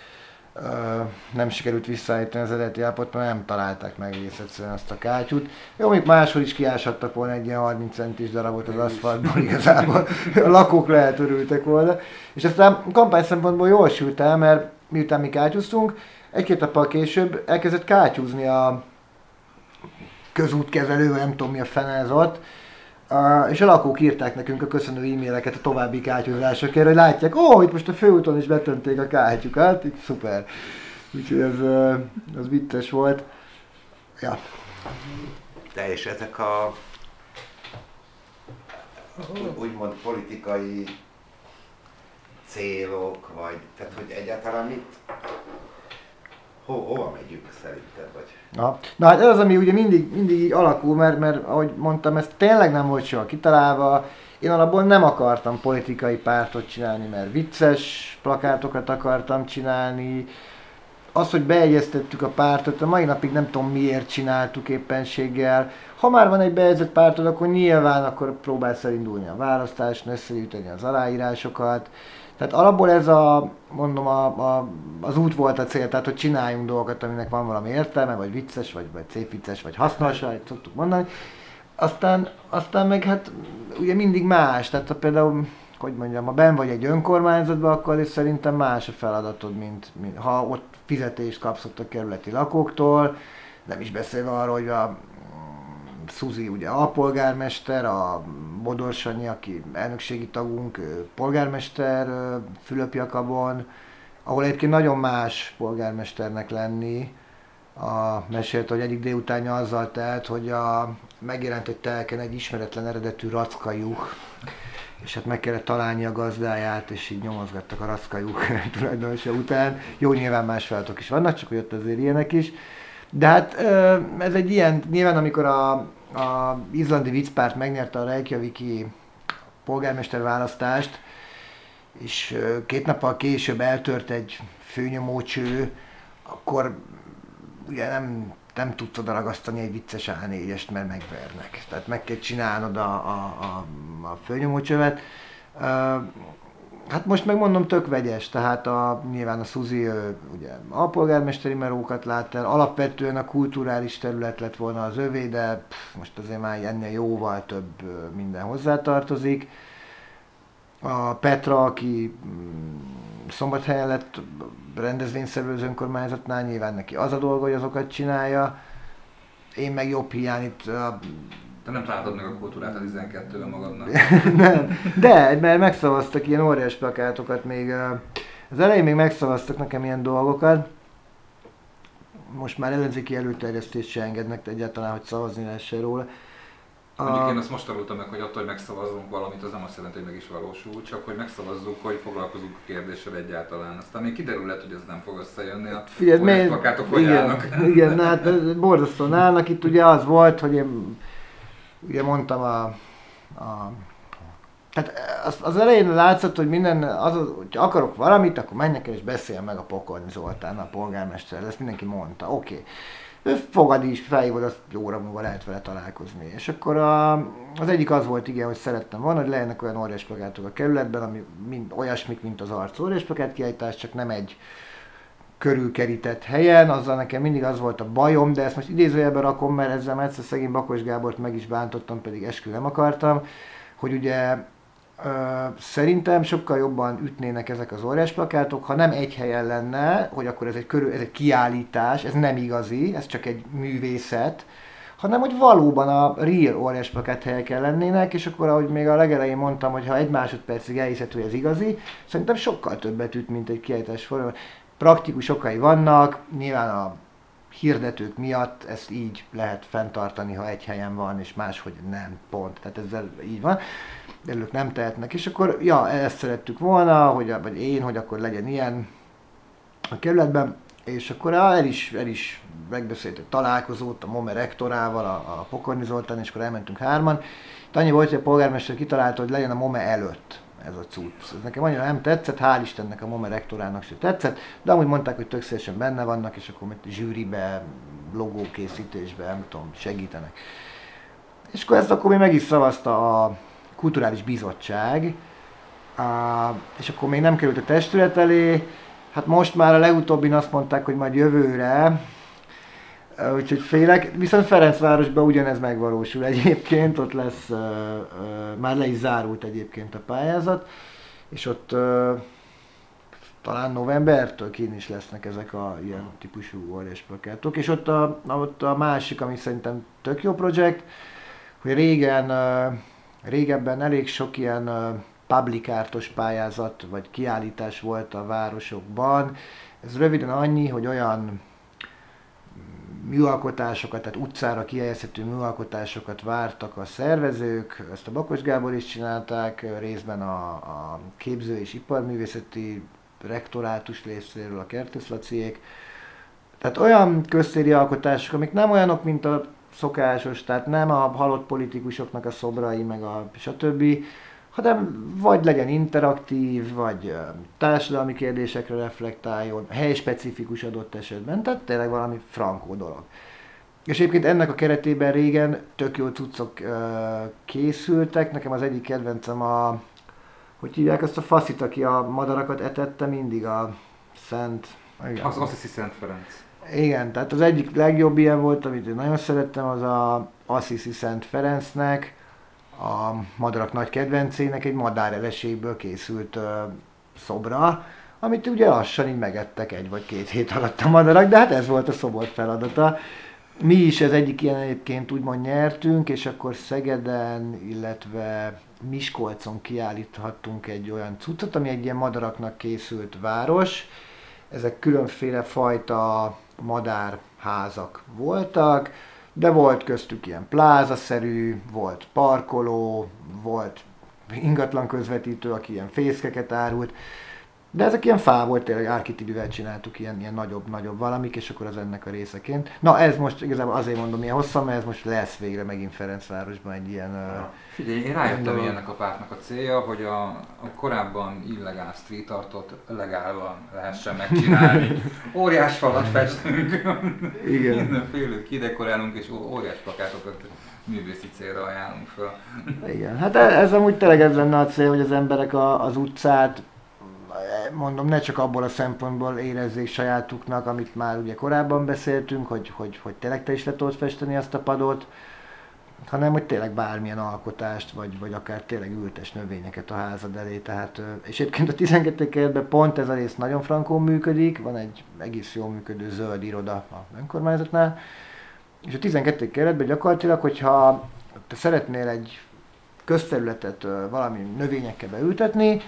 nem sikerült visszaállítani az eredeti állapot, mert nem találták meg egész egyszerűen azt a kátyút. Jó, még máshol is kiáshattak volna egy ilyen harminc centis darabot az aszfaltból igazából. A lakók lehet örültek volna. És aztán kampány szempontból jól sült el, mert miután mi kátyúztunk, egy-két nappal később elkezdett kátyúzni a közútkezelő, nem tudom mi a fene ez ott. Uh, és a lakók írták nekünk a köszönő e-maileket a további kátyúzásokért, hogy látják, ó, oh, itt most a főúton is betönték a kátyukat, itt szuper. Úgyhogy ez, uh, az vicces volt. Ja. De és ezek a úgymond politikai célok, vagy tehát hogy egyáltalán mit, ho, hova megyünk szerinted, vagy? Na, na hát ez az, ami ugye mindig, mindig így alakul, mert, mert ahogy mondtam, ez tényleg nem volt soha kitalálva. Én alapból nem akartam politikai pártot csinálni, mert vicces plakátokat akartam csinálni. Az, hogy beegyeztettük a pártot, a mai napig nem tudom miért csináltuk éppenséggel. Ha már van egy bejegyzett pártod, akkor nyilván akkor próbálsz elindulni a választáson, összegyűjteni az aláírásokat. Tehát alapból ez a, mondom, a, a, az út volt a cél, tehát hogy csináljunk dolgokat, aminek van valami értelme, vagy vicces, vagy, vagy szép vicces, vagy hasznos, vagy szoktuk mondani. Aztán, aztán meg hát ugye mindig más, tehát ha például, hogy mondjam, ha benn vagy egy önkormányzatban, akkor is szerintem más a feladatod, mint, mint ha ott fizetést kapsz ott a kerületi lakóktól, nem is beszélve arról, hogy a Szuzi ugye alpolgármester, a Bodor Sanyi, aki elnökségi tagunk, polgármester Fülöp-Jakabon, ahol egyébként nagyon más polgármesternek lenni. A, mesélt, hogy egyik délutánja azzal telt, hogy a, megjelent egy telken egy ismeretlen eredetű rackajuh, és hát meg kellett találni a gazdáját, és így nyomozgattak a rackajuh tulajdonosa után. Jó, nyilván más feladatok is vannak, csak hogy ott azért ilyenek is. De hát ez egy ilyen, nyilván amikor a, a izlandi viccpárt megnyerte a Reykjaviki polgármester választást, és két nappal később eltört egy főnyomócső, akkor ugye nem, nem tudsz oda ragasztani egy vicces á négyest, mert megvernek. Tehát meg kell csinálnod a, a, a, a főnyomócsövet. Hát most megmondom, tök vegyes, tehát a, nyilván a Szuzi ugye alpolgármesteri melókat lát el, alapvetően a kulturális terület lett volna az övé, de pff, most azért már ennél jóval több minden hozzátartozik. A Petra, aki Szombathelyen lett rendezvényszervező az önkormányzatnál, nyilván neki az a dolga, hogy azokat csinálja. Én meg jobb hiány itt a Te nem találtad meg a kultúrát a tizenkettőben magadnak. Nem, de, mert megszavaztak ilyen óriás plakátokat még, az elején még megszavaztak nekem ilyen dolgokat. Most már ellenzéki előterjesztést se engednek egyáltalán, hogy szavazni lehessen róla. Mondjuk én azt most tanultam meg, hogy attól, hogy megszavazzunk valamit, az nem azt jelenti, hogy meg is valósul, csak hogy megszavazzuk, hogy foglalkozunk a kérdéssel egyáltalán. Aztán még kiderülhet, hogy ez nem fog összejönni, a óriás plakátok hogy igen, állnak. Igen, hát borzasztóan állnak. Itt ugye az volt, hogy én ugye mondtam a, a tehát az, az elején látszott, hogy minden, az, hogy akarok valamit, akkor menjek el és beszéljen meg a Pokorni Zoltán, a polgármester, ezt mindenki mondta, oké. Okay. Ő fogad is, felhívod, azt óra múlva lehet vele találkozni. És akkor a, az egyik az volt, igen, hogy szerettem volna, hogy legyenek olyan óriás plakátok a kerületben, ami mind, olyasmik, mint az arc óriás plakát kiállítás, csak nem egy körülkerített helyen, azzal nekem mindig az volt a bajom, de ezt most idézőjelben rakom, mert ezzel egyszer szegény Bakos Gábort meg is bántottam, pedig eskü nem akartam, hogy ugye ö, szerintem sokkal jobban ütnének ezek az óriás plakátok, ha nem egy helyen lenne, hogy akkor ez egy, körül, ez egy kiállítás, ez nem igazi, ez csak egy művészet, hanem hogy valóban a real óriás plakát helyeken lennének, és akkor ahogy még a legelején mondtam, hogy ha egy másodpercig elhiszed, hogy ez igazi, szerintem sokkal többet üt, mint egy kiállítás forma. Praktikus okai vannak, nyilván a hirdetők miatt ezt így lehet fenntartani, ha egy helyen van, és máshogy nem, pont. Tehát ezzel így van, de ők nem tehetnek. És akkor, ja, ezt szerettük volna, hogy, vagy én, hogy akkor legyen ilyen a kerületben, és akkor el is, el is megbeszéltük találkozót a MOME rektorával, a, a Pokorni Zoltán, és akkor elmentünk hárman. Itt annyi volt, hogy a polgármester kitalálta, hogy legyen a MOME előtt ez a cucc. Ez nekem annyira nem tetszett, hál' Istennek a MOME rektorának se tetszett, de amúgy mondták, hogy tök szélesen benne vannak, és akkor mit zsűribe, logókészítésbe, nem tudom, segítenek. És akkor ezt akkor még meg is szavazta a Kulturális Bizottság, és akkor még nem került a testület elé, Hát most már a legutóbbin azt mondták, hogy majd jövőre, úgyhogy félek. Viszont Ferencvárosban ugyanez megvalósul egyébként, ott lesz, uh, uh, már le is zárult egyébként a pályázat, és ott uh, talán novembertől kín is lesznek ezek a ilyen típusú óriás plakátok. És ott a, ott a másik, ami szerintem tök jó projekt, hogy régen, uh, régebben elég sok ilyen uh, public artos pályázat vagy kiállítás volt a városokban. Ez röviden annyi, hogy olyan műalkotásokat, tehát utcára kihelyezhető műalkotásokat vártak a szervezők, ezt a Bakos Gábor is csinálták, részben a, a képző- és iparművészeti rektorátus részéről a Kertész Laciék. Tehát olyan köztéri alkotások, amik nem olyanok, mint a szokásos, tehát nem a halott politikusoknak a szobrai, meg a stb., hanem vagy legyen interaktív, vagy társadalmi kérdésekre reflektáljon, helyspecifikus adott esetben, tehát tényleg valami frankó dolog. És egyébként ennek a keretében régen tök jó cuccok uh, készültek, nekem az egyik kedvencem a, hogy hívják azt a faszit, aki a madarakat etette mindig, a Szent... Igen. Az Assisi Szent Ferenc. Igen, tehát az egyik legjobb ilyen volt, amit én nagyon szerettem, az a Assisi Szent Ferencnek, a madarak nagy kedvencének egy madáreleségből készült uh, szobra, amit ugye lassan így megettek egy vagy két hét alatt a madarak, de hát ez volt a szobor feladata. Mi is ez egyik ilyen egyébként úgymond nyertünk, és akkor Szegeden, illetve Miskolcon kiállíthattunk egy olyan cuccot, ami egy ilyen madaraknak készült város. Ezek különféle fajta madárházak voltak, de volt köztük ilyen plázaszerű, volt parkoló, volt ingatlan közvetítő, aki ilyen fészkeket árult, de ezek ilyen fából, tényleg árkitibivel csináltuk, ilyen, ilyen nagyobb, nagyobb valamik, és akkor az ennek a részeként. Na ez most igazából azért mondom ilyen hosszan, mert ez most lesz végre megint Ferencvárosban egy ilyen... Ja. Figyelj, én rájöttem, hogy ennek a pártnak a célja, hogy a, a korábban illegál street artot legálban lehessen megcsinálni. Óriás falat festünk, igen. Mindenfélét kidekorálunk, és óriás plakátokat művészi célra ajánlunk fel. Igen, hát ez amúgy tényleg ez lenne a cél, hogy az emberek a, az utcát, mondom, ne csak abból a szempontból érezzék sajátuknak, amit már ugye korábban beszéltünk, hogy, hogy, hogy tényleg te is le tudod festeni azt a padot, hanem hogy tényleg bármilyen alkotást, vagy, vagy akár tényleg ültes növényeket a házad elé. Tehát, és egyébként a tizenkettedik kerületben pont ez a rész nagyon frankón működik, van egy egész jól működő zöld iroda a önkormányzatnál, és a tizenkettedik kerületben gyakorlatilag, hogyha te szeretnél egy közterületet valami növényekkel beültetni,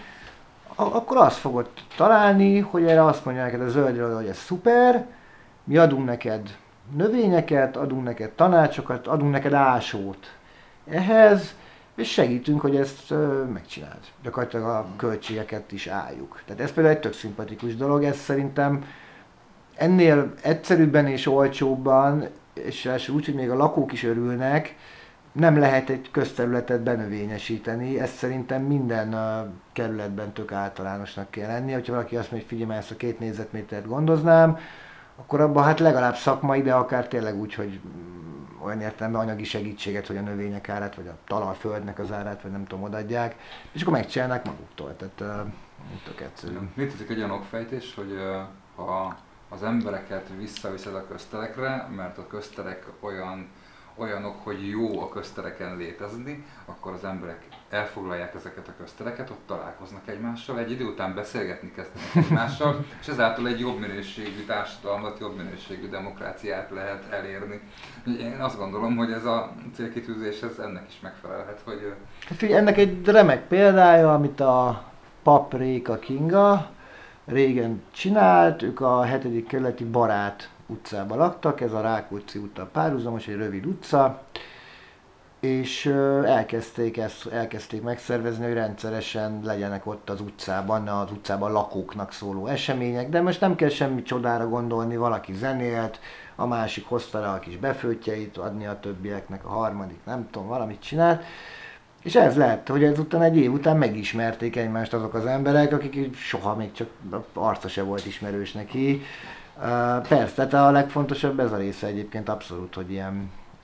akkor azt fogod találni, hogy erre azt mondja neked a zöld iroda, hogy ez szuper, mi adunk neked növényeket, adunk neked tanácsokat, adunk neked ásót ehhez, és segítünk, hogy ezt ö, megcsináld. Gyakorlatilag a költségeket is álljuk. Tehát ez például egy tök szimpatikus dolog, ez szerintem ennél egyszerűbben és olcsóbban, és úgy, hogy még a lakók is örülnek, nem lehet egy közterületet benövényesíteni, ezt szerintem minden uh, kerületben tök általánosnak kell lenni. Hogyha valaki azt mondja, hogy figyelj, ezt a két négyzetmétert gondoznám, akkor abban hát legalább szakmai, de akár tényleg úgy, hogy olyan értelemben anyagi segítséget, hogy a növények árát, vagy a talajföldnek az árát, vagy nem tudom, odaadják, és akkor megcsinálnak maguktól. Tehát uh, tök egyszerű. Létezik egy olyan okfejtés, hogy uh, ha az embereket visszaviszed a közterekre, mert a közterek olyan olyanok, hogy jó a köztereken létezni, akkor az emberek elfoglalják ezeket a köztereket, ott találkoznak egymással, egy idő után beszélgetni kezdenek egymással, és ezáltal egy jobb minőségű társadalmat, jobb minőségű demokráciát lehet elérni. Én azt gondolom, hogy ez a célkitűzés ez ennek is megfelelhet, hogy... Hát figyelj, ennek egy remek példája, amit a pap Réka Kinga régen csinált, ők a hetedik kerületi Barát utcában laktak, ez a Rákóczi úttal párhuzamos, egy rövid utca, és elkezdték, ezt, elkezdték megszervezni, hogy rendszeresen legyenek ott az utcában, az utcában lakóknak szóló események, de most nem kell semmi csodára gondolni, valaki zenélt, a másik hozta rá a kis befőtjeit, adni a többieknek, a harmadik nem tudom, valamit csinált, és ez lehet, hogy ezután egy év után megismerték egymást azok az emberek, akik soha még csak arca se volt ismerős neki. Uh, persze, tehát a legfontosabb ez a része egyébként abszolút, hogy ilyen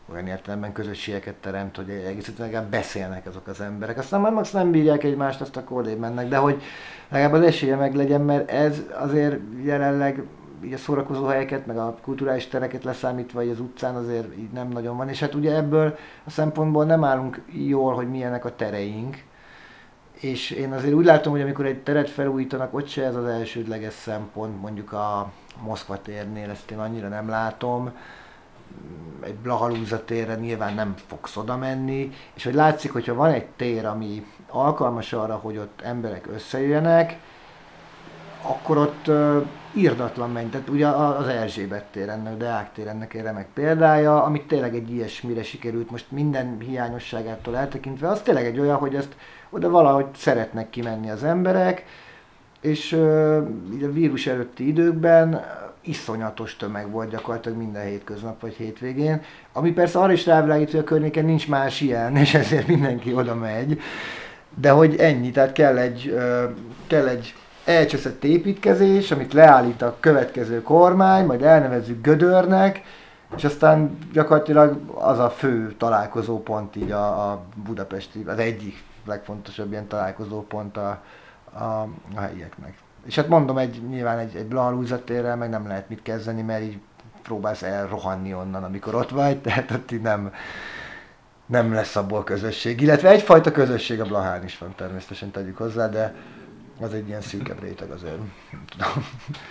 olyan értelemben közösségeket teremt, hogy egész egyszerűen beszélnek azok az emberek. Aztán már max nem bírják egymást, azt akkor odébb mennek, de hogy legalább az esélye meg legyen, mert ez azért jelenleg így a szórakozó helyeket, meg a kulturális tereket leszámítva, vagy az utcán azért így nem nagyon van. És hát ugye ebből a szempontból nem állunk jól, hogy milyenek a tereink. És én azért úgy látom, hogy amikor egy teret felújítanak, ott se ez az elsődleges szempont, mondjuk a Moszkva térnél, ezt én annyira nem látom. Egy Blahalúza térre nyilván nem fogsz oda menni, és hogy látszik, hogyha van egy tér, ami alkalmas arra, hogy ott emberek összejöjjenek, akkor ott uh, irdatlan menj. Tehát ugye az Erzsébet tér ennek, a Deák tér ennek egy remek példája, amit tényleg egy ilyesmire sikerült, most minden hiányosságától eltekintve, az tényleg egy olyan, hogy ezt oda valahogy szeretnek kimenni az emberek, és uh, a vírus előtti időkben iszonyatos tömeg volt gyakorlatilag minden hétköznap vagy hétvégén, ami persze arra is rávilágít, hogy a környéken nincs más ilyen, és ezért mindenki oda megy, de hogy ennyi, tehát kell egy, uh, kell egy elcseszett építkezés, amit leállít a következő kormány, majd elnevezzük Gödörnek, és aztán gyakorlatilag az a fő találkozópont így a, a budapesti, az egyik legfontosabb ilyen találkozópont a, a, a helyieknek. És hát mondom, egy, nyilván egy, egy Blahalúza térrel meg nem lehet mit kezdeni, mert így próbálsz elrohanni onnan, amikor ott vagy, tehát ott így nem, nem lesz abból közösség. Illetve egyfajta közösség a Blahán is van, természetesen tegyük hozzá, de az egy ilyen szűkebb réteg azért, nem tudom.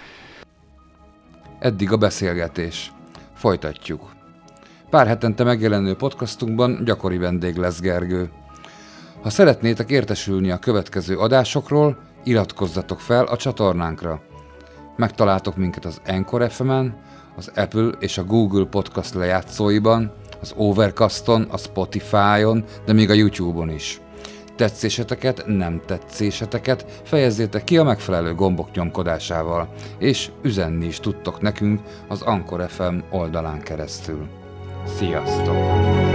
Eddig a beszélgetés. Folytatjuk. Pár hetente megjelenő podcastunkban gyakori vendég lesz Gergő. Ha szeretnétek értesülni a következő adásokról, iratkozzatok fel a csatornánkra. Megtaláltok minket az Anchor ef emen, az Apple és a Google Podcast lejátszóiban, az Overcaston, a Spotify-on, de még a YouTube-on is. Tetszéseteket, nem tetszéseteket fejezzétek ki a megfelelő gombok nyomkodásával, és üzenni is tudtok nekünk az Anchor ef em oldalán keresztül. Sziasztok!